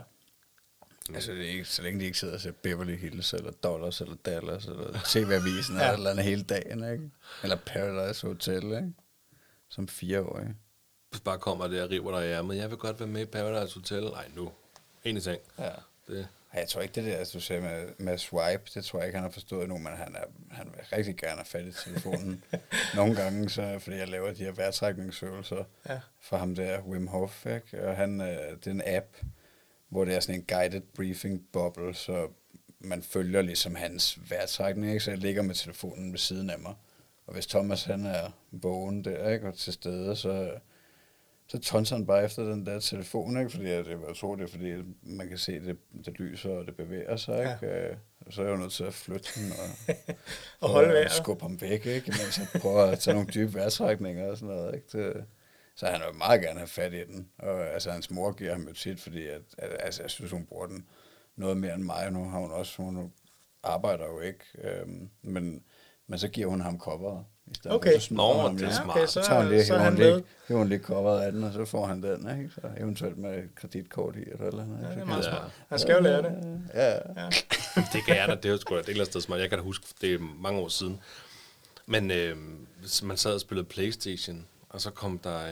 Mm. Altså, det er ikke, så længe de ikke sidder og ser Beverly Hills, eller Dollars, eller Dallas, eller T V-avisen, ja. Eller andet hele dagen, ikke? Eller Paradise Hotel, ikke? Som fireårige. Hvis bare kommer det og river dig i ærmet, jeg vil godt være med i Paradise Hotel. Nej, nu. En ting. Ja. Det. Jeg tror ikke, det der, du siger med, med swipe, det tror jeg ikke, han har forstået endnu, men han, er, han vil rigtig gerne have fat i telefonen. Nogle gange, så, fordi jeg laver de her vejrtrækningsøvelser ja. For ham der, Wim Hof, ikke? Og han, det er en app, hvor det er sådan en guided briefing bubble, så man følger ligesom hans vejrtrækning, ikke? Så jeg ligger med telefonen ved siden af mig. Og hvis Thomas han er vågen der, ikke? Og til stede, så, så tonser han bare efter den der telefon, ikke? Fordi jeg, det var så det, fordi man kan se, det, det lyser, og det bevæger sig, ikke? Ja. Så er jeg jo nødt til at flytte den og, og holde vejret. skubbe ham væk, ikke? Mens jeg prøver at tage nogle dybe vejrtrækninger og sådan noget, ikke? Det, så han vil meget gerne have fat i den. Og altså, hans mor giver ham jo tit, fordi at, at, altså, jeg synes, hun bruger den noget mere end mig. Nu har hun også, hun arbejder jo ikke. Øhm, men, men så giver hun ham coveret. Okay. Så Nå, det er smart. Okay, så, så tager hun lige, så han lige, hiver hun lige coveret af den, og så får han den, ikke? Så eventuelt med et kreditkort i, eller eller andet. Ja, det er så meget kan smart. Han skal jo lære det. Ja. Ja. Det kan jeg da, det er jo sgu da et eller andet sted smart. Jeg kan da huske, det er mange år siden. Men øh, man sad og spillede PlayStation, og så kom der, øh,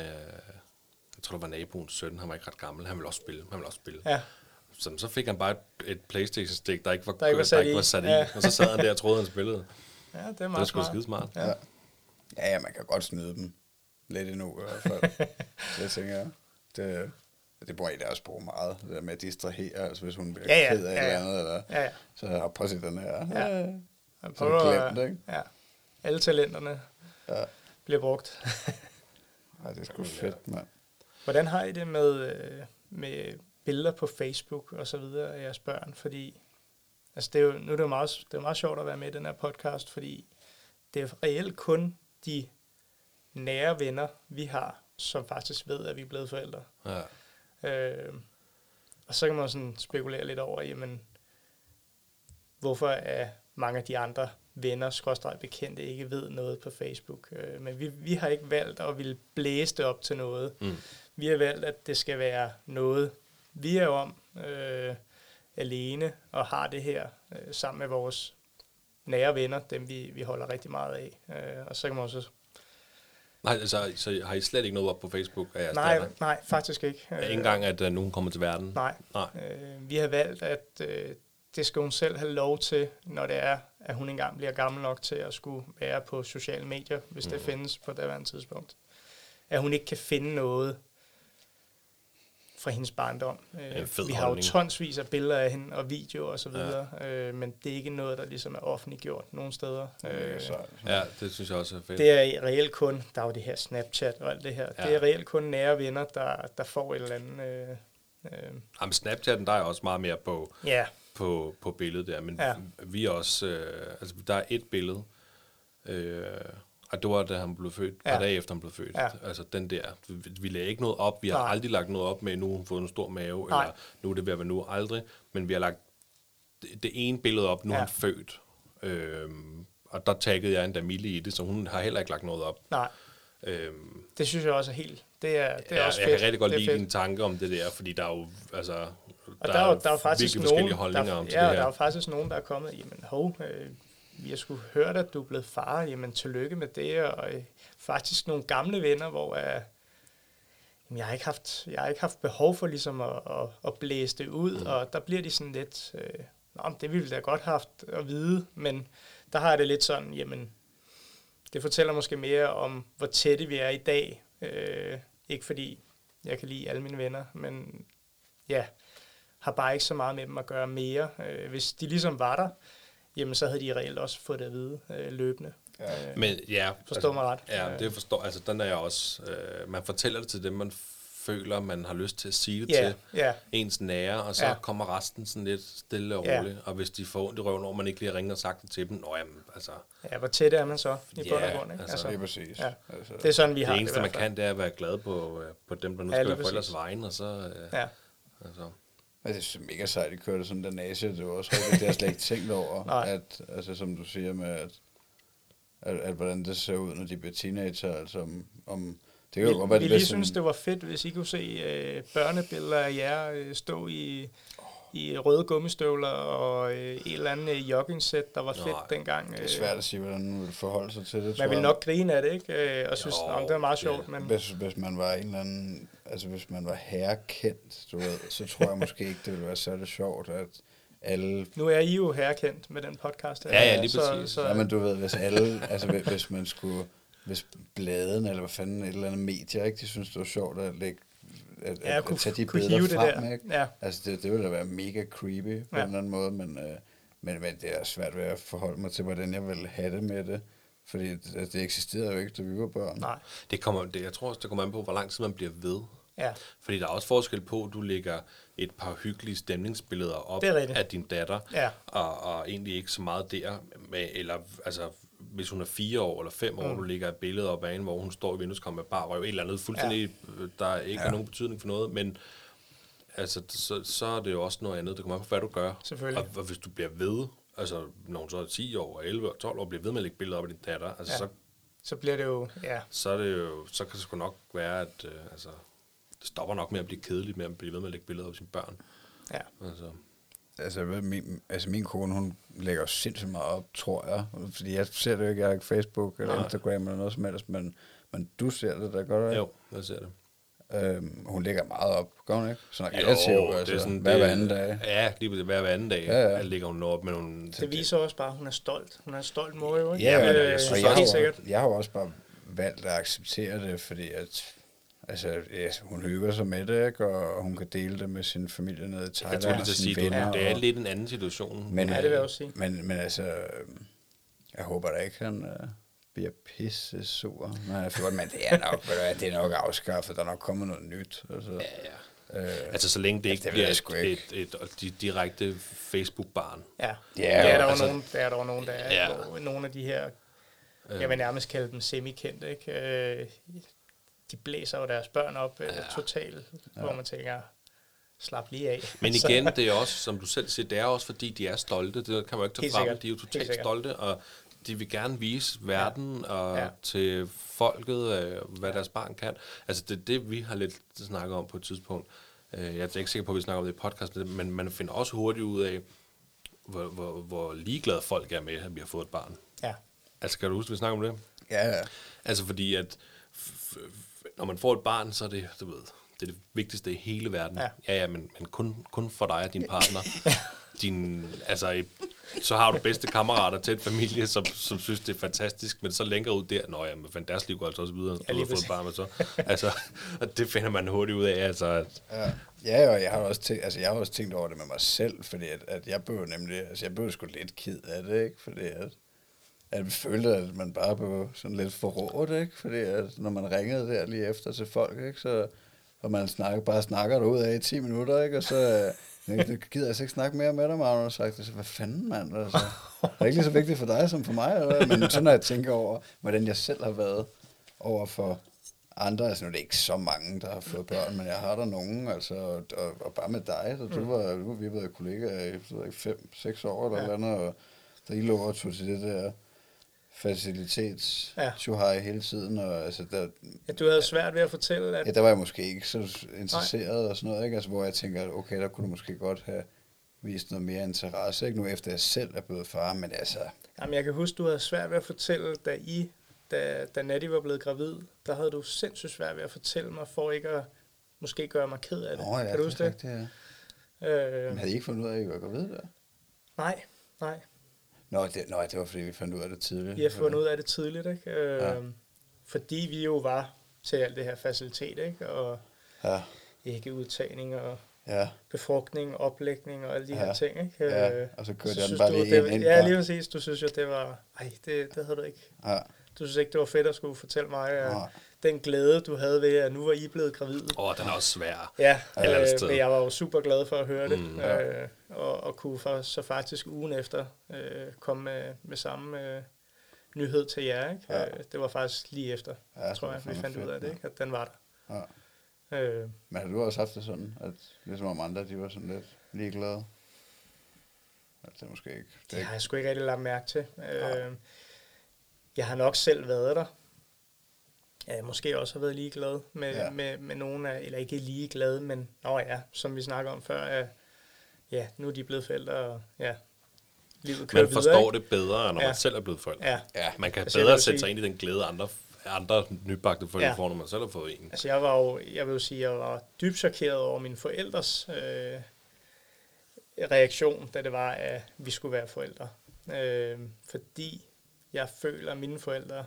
jeg tror det var naboens søn, han var ikke ret gammel, han ville også spille, han ville også spille. Ja. Så, så fik han bare et, et PlayStation-stik, der ikke var, der ikke var sat, der ikke var sat i, ja. Og så sad han der og troede, han spillede. Ja, det er meget det var sgu smart. skide smart. Ja. Ja. ja, ja, man kan godt snyde dem lidt endnu i hvert fald. Det tænker jeg. Det, det bruger jeg også bruge meget, det der med at distrahere, altså hvis hun bliver ja, ja, ked af ja, ja. eller andet, eller, ja, ja. så har jeg prøvet den her. Ja. Jeg prøver at glemt, ikke? Ja. Alle talenterne ja. bliver brugt. Ej, det er sgu fedt, mand. Hvordan har I det med, med billeder på Facebook og så videre af jeres børn? Fordi altså det er jo, nu er det jo meget, det er meget sjovt at være med i den her podcast, fordi det er reelt kun de nære venner, vi har, som faktisk ved, at vi er blevet forældre. Ja. Øh, og så kan man sådan spekulere lidt over, jamen, hvorfor er mange af de andre venner, skråstreg bekendte, ikke ved noget på Facebook. Øh, men vi, vi har ikke valgt at ville blæse det op til noget. Mm. Vi har valgt, at det skal være noget, vi er om øh, alene, og har det her øh, sammen med vores nære venner, dem vi, vi holder rigtig meget af. Øh, og så kan man også... Nej, altså, så har I slet ikke noget op på Facebook af jeres nej, datter? nej, faktisk ikke. Ja, ikke engang, at uh, nogen kommer til verden? Nej. nej. Øh, vi har valgt, at øh, det skal hun selv have lov til, når det er, at hun engang bliver gammel nok til at skulle være på sociale medier, hvis mm. det findes på det andet tidspunkt. At hun ikke kan finde noget fra hendes barndom. Øh, vi har jo tonsvis af billeder af hende, og videoer og så videre, ja. øh, men det er ikke noget, der ligesom er offentliggjort nogen steder. Øh, ja, det synes jeg også er fedt. Det er reelt kun, der er jo det her Snapchat og alt det her, ja. Det er reelt kun nære venner, der, der får et eller andet... Øh, øh. Jamen, Snapchatten, der er også meget mere på, ja. på, på billedet der, men ja. vi er også... Øh, altså, der er et billede... Øh, og det var, da han blev født, ja. Og dage efter han blev født. Ja. Altså den der, vi, vi lagde ikke noget op, vi har Nej. aldrig lagt noget op med, nu har hun fået en stor mave, Nej. eller nu er det ved at være nu, aldrig. Men vi har lagt det, det ene billede op, nu ja. er han født. Øhm, og der taggede jeg endda Mille i det, så hun har heller ikke lagt noget op. Nej, øhm, det synes jeg også er helt, det er, det er ja, også jeg fedt. Jeg kan rigtig godt lide dine tanker om det der, fordi der er jo, altså, og der, der er, der er faktisk virkelig forskellige holdninger der, om til ja, det her. Ja, der er faktisk nogen, der er kommet, jamen hov, øh, vi har sgu hørt, at du er blevet far, jamen tillykke med det, og øh, faktisk nogle gamle venner, hvor øh, jamen, jeg, har ikke haft, jeg har ikke haft behov for ligesom at, at, at blæse det ud, mm. og der bliver de sådan lidt, øh, nå, det ville vi da godt have haft at vide, men der har jeg det lidt sådan, jamen, det fortæller måske mere om, hvor tætte vi er i dag, øh, ikke fordi jeg kan lide alle mine venner, men ja, har bare ikke så meget med dem at gøre mere. Øh, hvis de ligesom var der, jamen så havde de reelt også fået det at vide øh, løbende. Ja. Øh, Men ja, forstår altså, mig ret. Ja, det forstår. Altså den er jeg også. Øh, man fortæller det til dem, man føler, man har lyst til at sige det yeah, til yeah. ens nære, og så yeah. kommer resten sådan lidt stille og roligt. Yeah. Og hvis de får ondt i røven, når man ikke lige ringer og sagt det til dem, nå jamen, altså. Ja, hvor tæt er man så i bund og grund, ikke? Altså, det er præcis. Ja. Altså, det er sådan, vi det har eneste, det. Det eneste, man kan, det er at være glad på, på dem, der nu skal være forældres vejen, og så. Øh, ja. Altså. Altså, det er mega sejt, at kørte sådan den Asia, det var også rigtigt, det har jeg slet ikke tænkt over, at, altså som du siger med, at, at, at hvordan det ser ud, når de bliver teenager, altså om, om det kan jo godt være det bedste. Vi lige synes, det var fedt, hvis I kunne se øh, børnebilleder af jer øh, stå i, i røde gummistøvler og øh, et eller andet øh, joggingsæt, der var fedt Nej, dengang. Det er svært at sige, hvordan man vil forholde sig til det, Man vil nok grine af det, ikke? Og synes, jo, det var meget sjovt. Ja. Men Hvis, hvis man var en eller anden, altså hvis man var herrekendt, du ved, så tror jeg måske ikke, det ville være særlig sjovt, at alle... Nu er I jo herrekendt med den podcast. Ja, ja, lige præcis. Så, så... Ja, men du ved, hvis alle, altså hvis man skulle, hvis bladen, eller hvad fanden, et eller andet medier, ikke, de synes, det var sjovt at lægge At, ja, at, kunne, at tage de kunne billeder frem, det der. Ikke? Ja. Altså det, det ville da være mega creepy på ja. en eller anden måde, men, øh, men, men det er svært ved at forholde mig til, hvordan jeg vil have det med det, fordi det, det eksisterede jo ikke, da vi var børn. Nej. Det kommer, det, jeg tror også, det kommer an på, hvor lang tid man bliver ved. Ja. Fordi der er også forskel på, at du lægger et par hyggelige stemningsbilleder op af din datter, ja. og, og egentlig ikke så meget der, med, eller altså, hvis hun er fire år eller fem år, mm. du lægger et billede op af hende, hvor hun står i vindueskarmen med bar røv, et eller andet fuldstændig, ja. der ikke ja. har nogen betydning for noget, men altså, så, så er det jo også noget andet, det kommer an på, hvad du gør. Selvfølgelig. Og, og hvis du bliver ved, altså når hun så er ti år, elleve år, tolv år, bliver ved med at lægge billeder op af din datter, altså ja. så, så bliver det jo, ja. Så er det jo, så kan det sgu nok være, at øh, altså, det stopper nok med at blive kedeligt med at blive ved med at lægge billeder af sine børn. Ja. Altså. Altså min, altså min kone, hun lægger sindssygt meget op, tror jeg. Fordi jeg ser det jo ikke, jeg har ikke Facebook eller Nej. Instagram eller noget som helst, men, men du ser det da godt, ikke? Jo, jeg ser det. Øhm, hun lægger meget op, gør hun ikke? Sådan relativt, altså, det er sådan, hver, hver anden dag. Ja, lige hver, hver anden dag, ja, ja. lægger hun op med nogle... Det viser også bare, at hun er stolt. Hun er en stolt mor, jo, ikke? Ja, men, øh, jeg, synes, jeg, har, jeg har jo også bare valgt at acceptere det, fordi at... Altså, ja, hun hygger sig med det, ikke? Og hun kan dele det med sin familie nede i Thailand. Jeg tror, det, sige, venner, det er lidt en anden situation. Men, ja, det vil jeg også sige. Men, men altså, jeg håber da ikke, han uh, bliver pisse sur. Nej, men det er nok, det er nok afskaffet. Der er nok kommet noget nyt. Altså. Ja, ja. Øh, altså, så længe det ikke det bliver et, et, et, et, et direkte Facebook-barn. Ja, ja det er der altså, jo nogen, der er der jo nogen, der er, ja. hvor nogle af de her, jeg vil nærmest kalde dem semi-kendte, ikke? Øh, de blæser jo deres børn op ja. øh, totalt, ja. hvor man tænker, slap lige af. Men igen, det er også, som du selv siger, det er også fordi, de er stolte. Det kan man jo ikke tage Helt frem. Sikkert. De er jo totalt stolte, og de vil gerne vise verden ja. og ja. til folket, øh, hvad ja. deres barn kan. Altså det er det, vi har lidt snakket om på et tidspunkt. Jeg er ikke sikker på, at vi snakker om det i podcasten, men man finder også hurtigt ud af, hvor, hvor, hvor ligeglade folk er med, at vi har fået et barn. Ja. Altså kan du huske, at vi snakker om det? Ja, ja. Altså fordi, at f- f- når man får et barn, så er det, du ved, det er det vigtigste i hele verden. Ja, ja, ja men, men kun, kun for dig og din partner. din, altså, så har du bedste kammerater til en familie, som, som synes, det er fantastisk, men så længere ud der, nå ja, men fandt deres liv går altså også videre, Ja, du har fået barn med så. Altså, og det finder man hurtigt ud af, altså. At, Ja, ja, og jeg har også tænkt, altså jeg har også tænkt over det med mig selv, fordi at, at jeg blev nemlig, altså jeg blev sgu lidt ked af det, ikke? Fordi at, at jeg følte, at man bare blev sådan lidt forrådt, ikke? Fordi at når man ringede der lige efter til folk, ikke? Så, og man snakker, bare snakker derud af i ti minutter, ikke? Og så det gider jeg så ikke snakke mere med dig, Magnus, og sagt, hvad fanden, mand? Altså, det er ikke lige så vigtigt for dig som for mig, eller? Men så når jeg tænker over, hvordan jeg selv har været over for andre, altså nu er det ikke så mange, der har fået børn, men jeg har der nogen, altså, og, og, og bare med dig, så du var, du, vi har været kollegaer i fem, seks år eller ja. Andet, og der I lå og tog til det der facilitets ja. Tjuhaj hele tiden, og altså der... Ja, du havde svært ved at fortælle, at... Ja, der var jeg måske ikke så interesseret Nej. Og sådan noget, ikke? Altså, hvor jeg tænker, at okay, der kunne du måske godt have vist noget mere interesse, ikke? Nu efter jeg selv er blevet far, men altså... Jamen, jeg kan huske, du havde svært ved at fortælle, da I, da, da Natty var blevet gravid, der havde du sindssygt svært ved at fortælle mig, for ikke at måske gøre mig ked af det. Nå, ja, kan du huske det? det? Ja. Øh... Men havde I ikke fundet ud af, at I var gravid der? Nej, nej. Nå det, nå, det var fordi, vi fandt ud af det tidligt. Vi har fundet ud af det tidligt, ikke? Øh, ja. Fordi vi jo var til alt det her facilitet, ikke? Og ja. æggeudtagning og ja. Befrugtning, oplægning og alle de ja. Her ting, ikke? Ja, og så kørte jeg den bare lige ind. ind. Ja, lige præcis. Du synes jo, det var... Ej, det, det havde du ikke. Ja. Du synes ikke, det var fedt at skulle fortælle mig, at ja. Den glæde, du havde ved, at nu var I blevet gravide. Åh, oh, den er også svær. Ja, øh, men jeg var jo super glad for at høre det. Mm, ja. øh, og, og kunne for, så faktisk ugen efter øh, komme med, med samme øh, nyhed til jer. Ikke? Ja. Øh, det var faktisk lige efter, ja, tror jeg, vi fandt fedt, ud af det, ikke? At den var der. Ja. Øh, men har du også haft det sådan, at ligesom om andre, de var sådan lidt ligeglade? Altså, det er måske ikke... Det, det har jeg sgu ikke rigtig lagt mærke til. Ja. Øh, jeg har nok selv været der. Ja, måske også har været ligeglad med, ja. med, med nogen af, eller ikke ligeglad, men nå ja, som vi snakker om før, at ja, nu er de blevet forældre, og ja, livet kører man forstår videre, det bedre, når ja. Man selv er blevet forældre. Ja. Ja. Man kan altså, bedre sætte sig ind i den glæde, andre, andre nybagte forældre ja. får, når man selv har fået en. Altså jeg var jo, jeg vil jo sige, jeg var dybt chokeret over mine forældres øh, reaktion, da det var, at vi skulle være forældre. Øh, fordi jeg føler, at mine forældre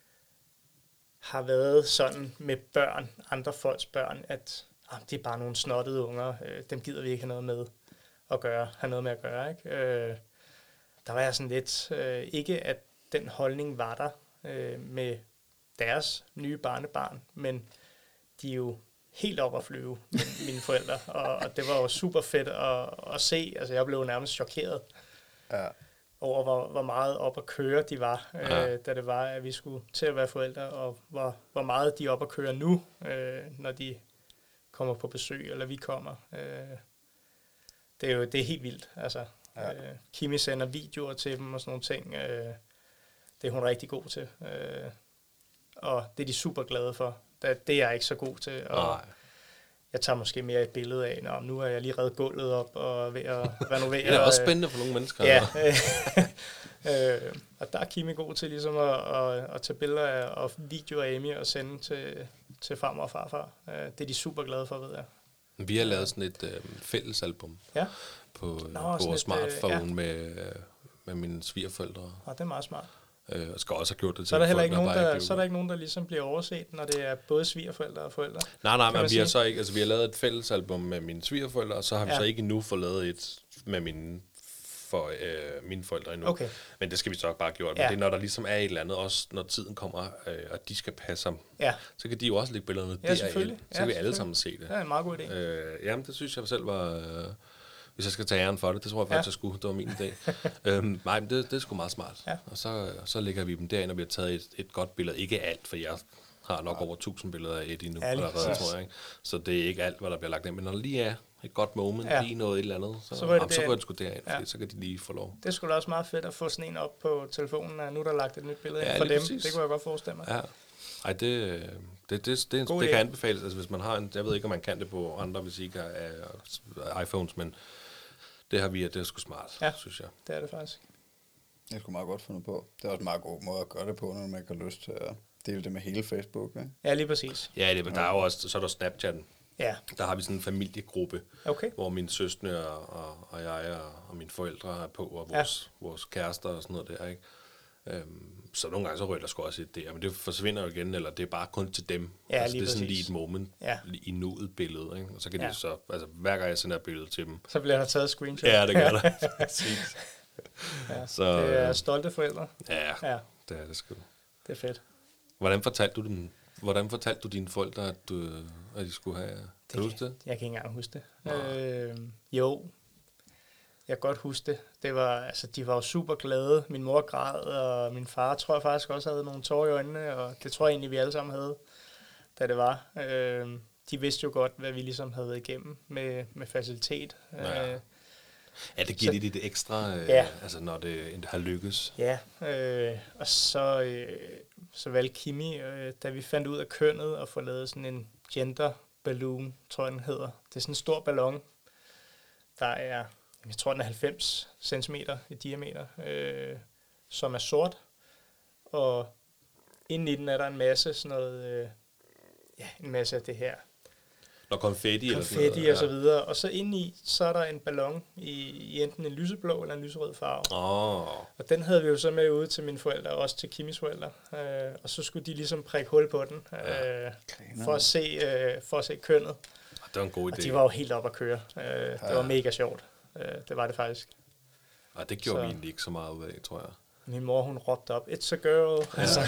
har været sådan med børn, andre folks børn, at ah, det er bare nogle snottede unger, øh, dem gider vi ikke have noget med at gøre, have noget med at gøre, ikke? Øh, der var jeg sådan lidt, øh, ikke at den holdning var der øh, med deres nye barnebarn, men de er jo helt op at flyve, mine forældre, og, og det var jo super fedt at, at se, altså jeg blev nærmest chokeret. Ja. Over hvor, hvor meget op at køre de var, ja. øh, da det var, at vi skulle til at være forældre, og hvor, hvor meget de er op at køre nu, øh, når de kommer på besøg, eller vi kommer. Øh, det er jo det er helt vildt. Altså, ja. øh, Kimi sender videoer til dem og sådan nogle ting. Øh, det er hun rigtig god til. Øh, og det er de super glade for. Det, det er jeg ikke så god til. Og jeg tager måske mere et billede af, når nu er jeg lige reddet gulvet op og ved at renovere. Det er også spændende for nogle mennesker. Ja, øh, og der er Kimi god til ligesom at, at, at tage billeder af, og videoer af Amy og sende til, til farmor og farfar. Det er de super glade for, ved jeg. Vi har lavet sådan et øh, fællesalbum ja. på, Nå, på vores smartphone øh, ja. med, med mine svigerforældre. Ja, det er meget smart. Øh, og skal også have gjort det til så er der heller folk, ikke nogen, der, der, så er der ikke nogen, der ligesom bliver overset, når det er både svigerforældre og forældre. Nej, nej, men vi har så ikke, altså vi har lavet et fællesalbum med mine svigerforældre, og så har vi ja. så ikke endnu fået lavet et med mine, for, øh, mine forældre endnu. Okay. Men det skal vi så bare gjort. Ja. Men det er, når der ligesom er et eller andet, også når tiden kommer, øh, og de skal passe sammen, ja. så kan de jo også lægge billederne ja, derind. Så kan ja, vi alle sammen se det. Det er en meget god idé. Øh, jamen, det synes jeg selv var... Øh, hvis jeg skal tage æren for det, det tror jeg faktisk, ja. jeg skulle. Det var min idé. øhm, nej, men det, det er sgu meget smart. Ja. Og så, så lægger vi dem derind, og vi har taget et, et godt billede. Ikke alt, for jeg har nok ja. over tusind billeder af et endnu. Allerede, tror jeg, ikke? Så det er ikke alt, hvad der bliver lagt ind. Men når der lige er et godt moment, ja. lige noget et eller andet, så, så går det, det sgu derind, ja. så kan de lige få lov. Det skulle også meget fedt at få sådan en op på telefonen, og nu er der lagt et nyt billede ja, ind for dem. Præcis. Det kunne jeg godt forestille mig. Ja. Ej, det, det, det, det, det kan anbefales. Altså, hvis man har en, jeg ved ikke, om man kan det på andre, hvis ikke er iPhones, men det har vi, det er sgu smart, ja, synes jeg. Det er det faktisk. Det er sgu meget godt fundet på. Det er også en meget god måde at gøre det på, når man ikke har lyst til at dele det med hele Facebook, ikke? Ja, lige præcis. Ja, det, men der er jo også, så er der Snapchatten. Ja. Der har vi sådan en familiegruppe, Okay. hvor min søskende og, og, og jeg og, og mine forældre er på, og vores, ja. vores kærester og sådan noget der, ikke? Øhm, så nogle gange så rører der sgu også et der, men det forsvinder jo igen, eller det er bare kun til dem. Ja, altså, lige det er sådan præcis. lige et moment, Ja. i nuet billede, ikke? Og så kan Ja. de så, altså hver gang jeg sender et billede til dem, Så bliver der taget screenshot. ja, det gør der. Præcis. Ja. Så, Det er stolte forældre. ja, Ja, det er det sgu. det er fedt. Hvordan fortalte du dem, hvordan fortalte du dine forældre, at, du, at de skulle have, kan du huske det? Jeg kan ikke engang huske det. Øh, jo, jeg kan godt huske det. Det var, altså, de var jo super glade. Min mor græd, og min far tror jeg faktisk også havde nogle tårer i øjnene, og det tror jeg egentlig, vi alle sammen havde, da det var. Øh, de vidste jo godt, hvad vi ligesom havde været igennem med, med facilitet. Ja. Øh, Ja, det giver så- det lidt ekstra, øh, Ja. altså når det har lykkes. Ja, øh, og så, øh, så valgte Kimi, øh, da vi fandt ud af kønnet, og få lavet sådan en gender balloon, tror jeg den hedder. Det er sådan en stor ballon, der er, jeg tror den er halvfems centimeter i diameter, øh, som er sort, og inde i den er der en masse sådan noget, øh, ja, en masse af det her Når konfetti, eller sådan konfetti noget. og så videre, og så inde i, så er der en ballon i, i enten en lyseblå eller en lyserød farve. Åh, oh, Og den havde vi jo så med ude til mine forældre, og også til Kimis forældre. Øh, og så skulle de ligesom prikke hul på den, øh, for, at se, øh, for at se kønnet. det var en god idé. Og de var jo helt op at køre. Øh, det var mega sjovt. Øh, det var det faktisk. Og det gjorde så- vi egentlig ikke så meget ud af, tror jeg. Min mor, hun råbte op, it's a girl. Ja. Altså,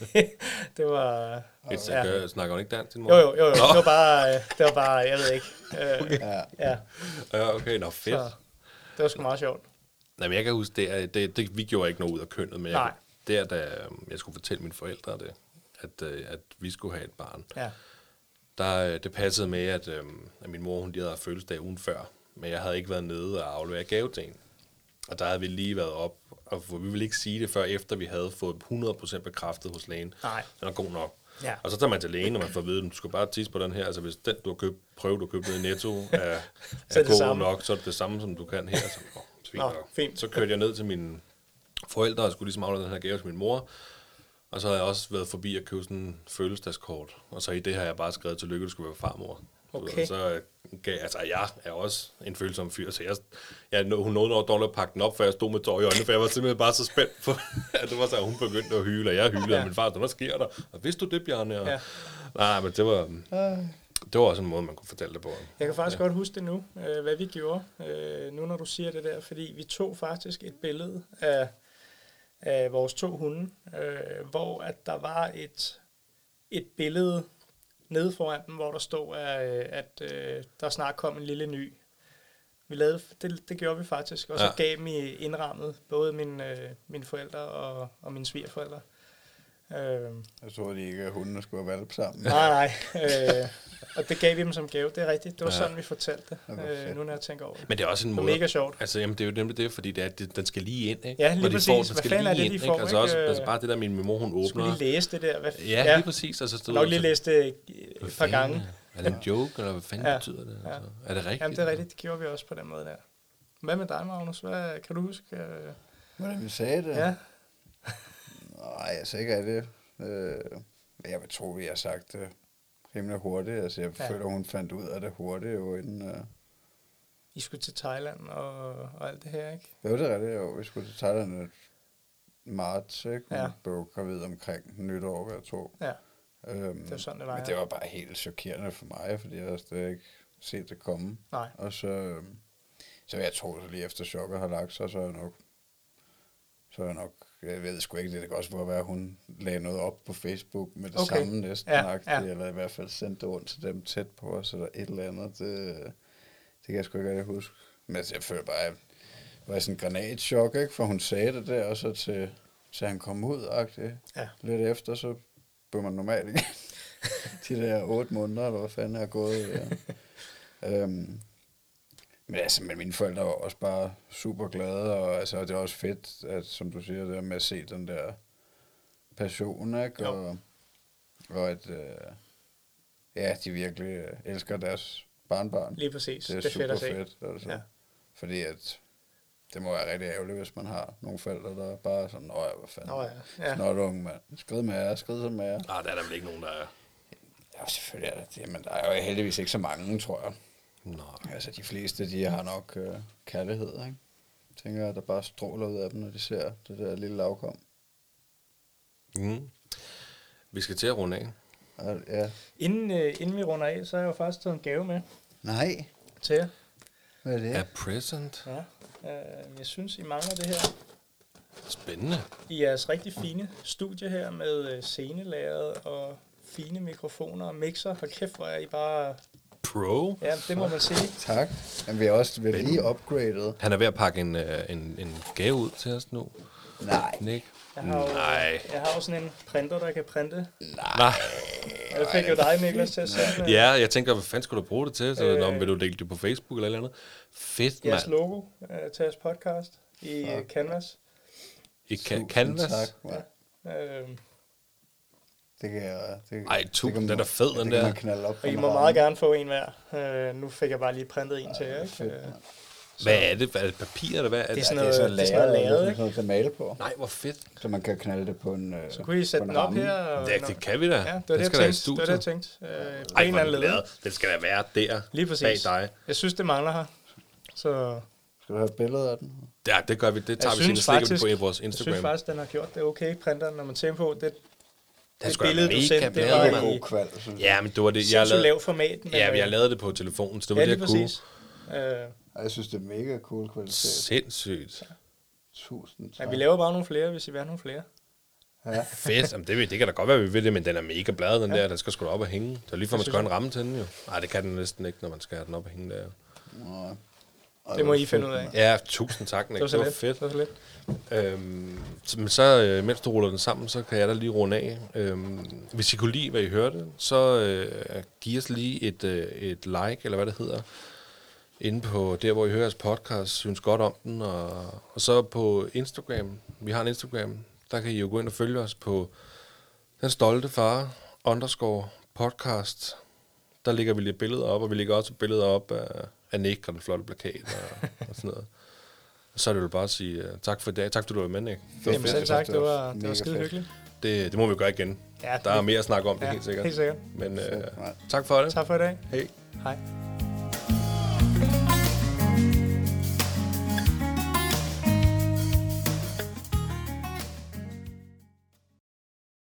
det var... Et, ja. ja. Snakker hun ikke dansk, din mor? Jo, jo, jo, jo. Det var bare, øh, det var bare, jeg ved ikke. Øh, Ja. ja, Ja, okay, nå fedt. så det var sgu meget sjovt. Nej, men jeg kan huske, det, er- det, det, vi gjorde ikke noget ud af kønnet, men Nej. jeg, der, da jeg skulle fortælle mine forældre det, at, øh, at vi skulle have et barn, Ja, der, øh, det passede med, at, øh, at min mor, hun lige havde haft fødselsdag ugen før, men jeg havde ikke været nede og aflevere gave til hende. Og der havde vi lige været op, og for, vi ville ikke sige det, før efter vi havde fået hundrede procent bekræftet hos lægen. nej. Den er god nok. Ja. Og så tager man til lægen, og man får at vide, at du skal bare tisse på den her. Altså hvis den, du har købt, prøve, du har købt nede i Netto, er, Så er, er det god samme. nok, så er det det samme, som du kan her. Så, åh, fint Nå, nok. fint. Så kørte jeg ned til mine forældre, og skulle ligesom aflevere den her gave til min mor. Og så har jeg også været forbi at købe sådan en følelsesdagskort. Og så i det har jeg bare skrevet tillykke, du skulle være farmor. Okay. Så gav, altså jeg er også en følsom fyr, så jeg, jeg hun nåede nok dårligt at pakke den op, før jeg stod med tår i øjnene, for jeg var simpelthen bare så spændt på, at det var så, at hun begyndte at hyle, og jeg hylede, Ja. og min far, hvad sker der? Og vidste du det, Bjarne? Og, Ja. nej, men det var, det var også en måde, man kunne fortælle det på. Jeg kan faktisk ja. godt huske det nu, øh, hvad vi gjorde, øh, nu når du siger det der, fordi vi tog faktisk et billede af, af vores to hunde, øh, hvor at der var et, et billede nede foran dem, hvor der stod, at, at øh, der snart kom en lille ny. Vi lavede, det, det gjorde vi faktisk, og så Ja. gav dem i indrammet, både mine, øh, mine forældre og, og mine svigerforældre. Øh, Jeg tror de ikke, at hundene skulle have valgt sammen. Nej, nej. Øh, og det gav vi dem som gave, det er rigtigt. Det var Ja. sådan, vi fortalte det, Det var øh, fedt. nu når jeg tænker over det. Men det er også en Det var måde. mega sjovt. Altså, jamen, det er jo nemlig det, fordi det er, det, den skal lige ind, ikke? Ja, lige Når de præcis. Får, den Hvad skal fanden er lige det, de ind, får, ikke? Altså, ikke? også, altså bare det der, min mor, hun Skulle åbner. lige læse det der? Hvad, Ja, ja, lige præcis. Altså, stod nok lige læse det et Hvad par fanden gange. Er det en joke, eller hvad fanden Ja. ja. betyder det? Altså? Er det rigtigt? Jamen, det er rigtigt. Det gjorde vi også på den måde der. Hvad med dig, Magnus? Hvad kan du huske? Øh, Hvordan vi sagde det? Ja, Nej, altså ikke er det. Øh, jeg vil tro, vi har sagt det rimelig hurtigt. Altså, jeg Ja. ja. føler, hun fandt ud af det hurtigt, jo inden... Øh, I skulle til Thailand og, og alt det her, ikke? det var det rigtigt, jo. Vi skulle til Thailand i marts, ikke? Hun Ja. ja. blev gravid omkring nytår, hvad jeg tror. Ja, Øhm, det var sådan, det var. Men det var bare helt chokerende for mig, fordi jeg havde stadig ikke set det komme. Nej, Og så, øhm, så vil jeg tro, at lige efter chokket har lagt sig, så er jeg nok, så er jeg nok, jeg ved sgu ikke, det kan også være, at hun lagde noget op på Facebook med det Okay. okay. samme næsten, Ja, ja, ja. ja. eller i hvert fald sendte det rundt til dem tæt på os, eller et eller andet. Det, det kan jeg sgu ikke rigtig huske. Men altså, jeg føler bare, at jeg var i sådan en granatchok, ikke? For hun sagde det der, og så til, til han kom ud, agtigt. Ja. Lidt efter, så blev man normalt igen. De der otte måneder, eller hvad fanden er gået. Ja. øhm, men altså, men mine forældre var også bare super glade, og altså, det er også fedt, at, som du siger, det der med at se den der passion, ikke? Jo. Og, og at, øh, ja, de virkelig øh, elsker deres barnbarn. lige præcis. Det er, Det er fedt super at se. fedt, altså. Ja. Fordi at, det må være rigtig ærgerligt, hvis man har nogle forældre, der bare er sådan, åh, hvad fanden. Nå ja, ja. Snot unge, mand. Skrid med jer, skrid som med jer. Nej, der er der vel ikke nogen, der er. Ja, Ja, selvfølgelig er det det, men der er jo heldigvis ikke så mange, tror jeg. Nej. Altså, de fleste, de har nok øh, kærlighed, ikke? Jeg tænker, at der bare stråler ud af dem, når de ser det der lille lavkom. Mm. Vi skal til at runde af. Ja. Inden, øh, inden vi runder af, så har jeg jo faktisk taget en gave med Nej. til jer. Hvad er det? A present. Ja. Øh, jeg synes, I mangler det her. Spændende. I jeres rigtig fine studie her med øh, scenelæret og fine mikrofoner og mixer. Hold kæft, hvor er I bare... Pro. Ja, det må man sige. Tak. Men vi er også vi er lige upgraded. Han er ved at pakke en, øh, en, en gave ud til os nu. Nej. Nick. Jeg har, jo, Nej. jeg har jo sådan en printer, der kan printe. Nej. Jeg fik jo dig, Niklas, til at sende Ja, jeg tænker, hvad fanden skulle du bruge det til? Så, Øh. øh, vil du dele det på Facebook eller eller andet? Fedt, jeres mand. logo øh, til jeres podcast i øh, Canvas. I kan, Canvas? Tak, man. Øh, Det kan jeg... Det, Ej, det tusind, kan den er man- fed, det den kan der. man knalde op på og I en må ramme. meget gerne få en hver. Øh, nu fik jeg bare lige printet en til jer. Ikke? Fedt, Øh, mand. Hvad er det? Er det papir, eller hvad er Det er det? sådan Ja, det er så noget- det er sådan noget lavet, lavet, det er ikke? sådan noget til at male på. Nej, hvor fedt. Så man kan knalde det på en øh, så kunne I sætte på en den op ramme. her. Og, Ja, det kan vi da. Ja, det var Den det, jeg skal da i tænkte. Det var det, jeg studiet. tænkte. Øh, på Ej, en hvor eller er anden den led. lavet. Den skal da være der. Lige præcis. Bag dig. Jeg synes, det mangler her. Så Skal du have et billede af den? Ja, det gør vi. Det tager jeg vi synes senere slik faktisk, på i vores jeg Instagram. synes faktisk, den har gjort det okay, printeren, når man tænker på, det, Det er det sgu da billede, du mega sendte, det bladet, var Det er mand. i god kval, synes jeg. Ja, men det var det, jeg sindssygt lavede. lav format. Men, Ja, men jeg øh, lavede det på telefonen, så det var ja, det, lige jeg kunne. præcis. Øh, Ej, jeg synes, det er mega cool kvalitet. Sindssygt. Tusind tak. men vi laver bare nogle flere, hvis I vil have nogle flere. Ja. Fedt. Jamen, det, vil- det kan da godt være, vi vil det, men den er mega bladet, den Ja. der. Den skal sgu da op og hænge. Det er lige for, man Det skal synes have en ramme til den jo. Nej, det kan den næsten ikke, når man skal have den op og hænge der. Nå. Ej, Det må hvor I finde fedt, ud af. mand. Ja, tusind tak, Nick. Det var så Det var lidt. fedt. Det var så lidt. Øhm, så, men så, øh, mens du ruller den sammen, så kan jeg da lige runde af. Øhm, hvis I kunne lide, hvad I hørte, så øh, giv os lige et, øh, et like, eller hvad det hedder, inde på der, hvor I hører jeres podcast, synes godt om den, og, og så på Instagram, vi har en Instagram, der kan I jo gå ind og følge os på Den Stolte Far underscore podcast. Der lægger vi lidt billeder op, og vi lægger også billeder op af, af Nick og den flotte plakat og, og sådan noget. Så er det jo bare at sige uh, tak for i dag. Tak fordi du var med, Nick. Det var Jamen fedt. selv tak, det var, det mega var skide fedt. hyggeligt. Det, det må vi gøre igen. Ja, Der er mere at snakke om, det ja, helt sikkert. Helt sikkert. Men uh, Fedt, mand. tak for det. Tak for i dag. Hej. Hej.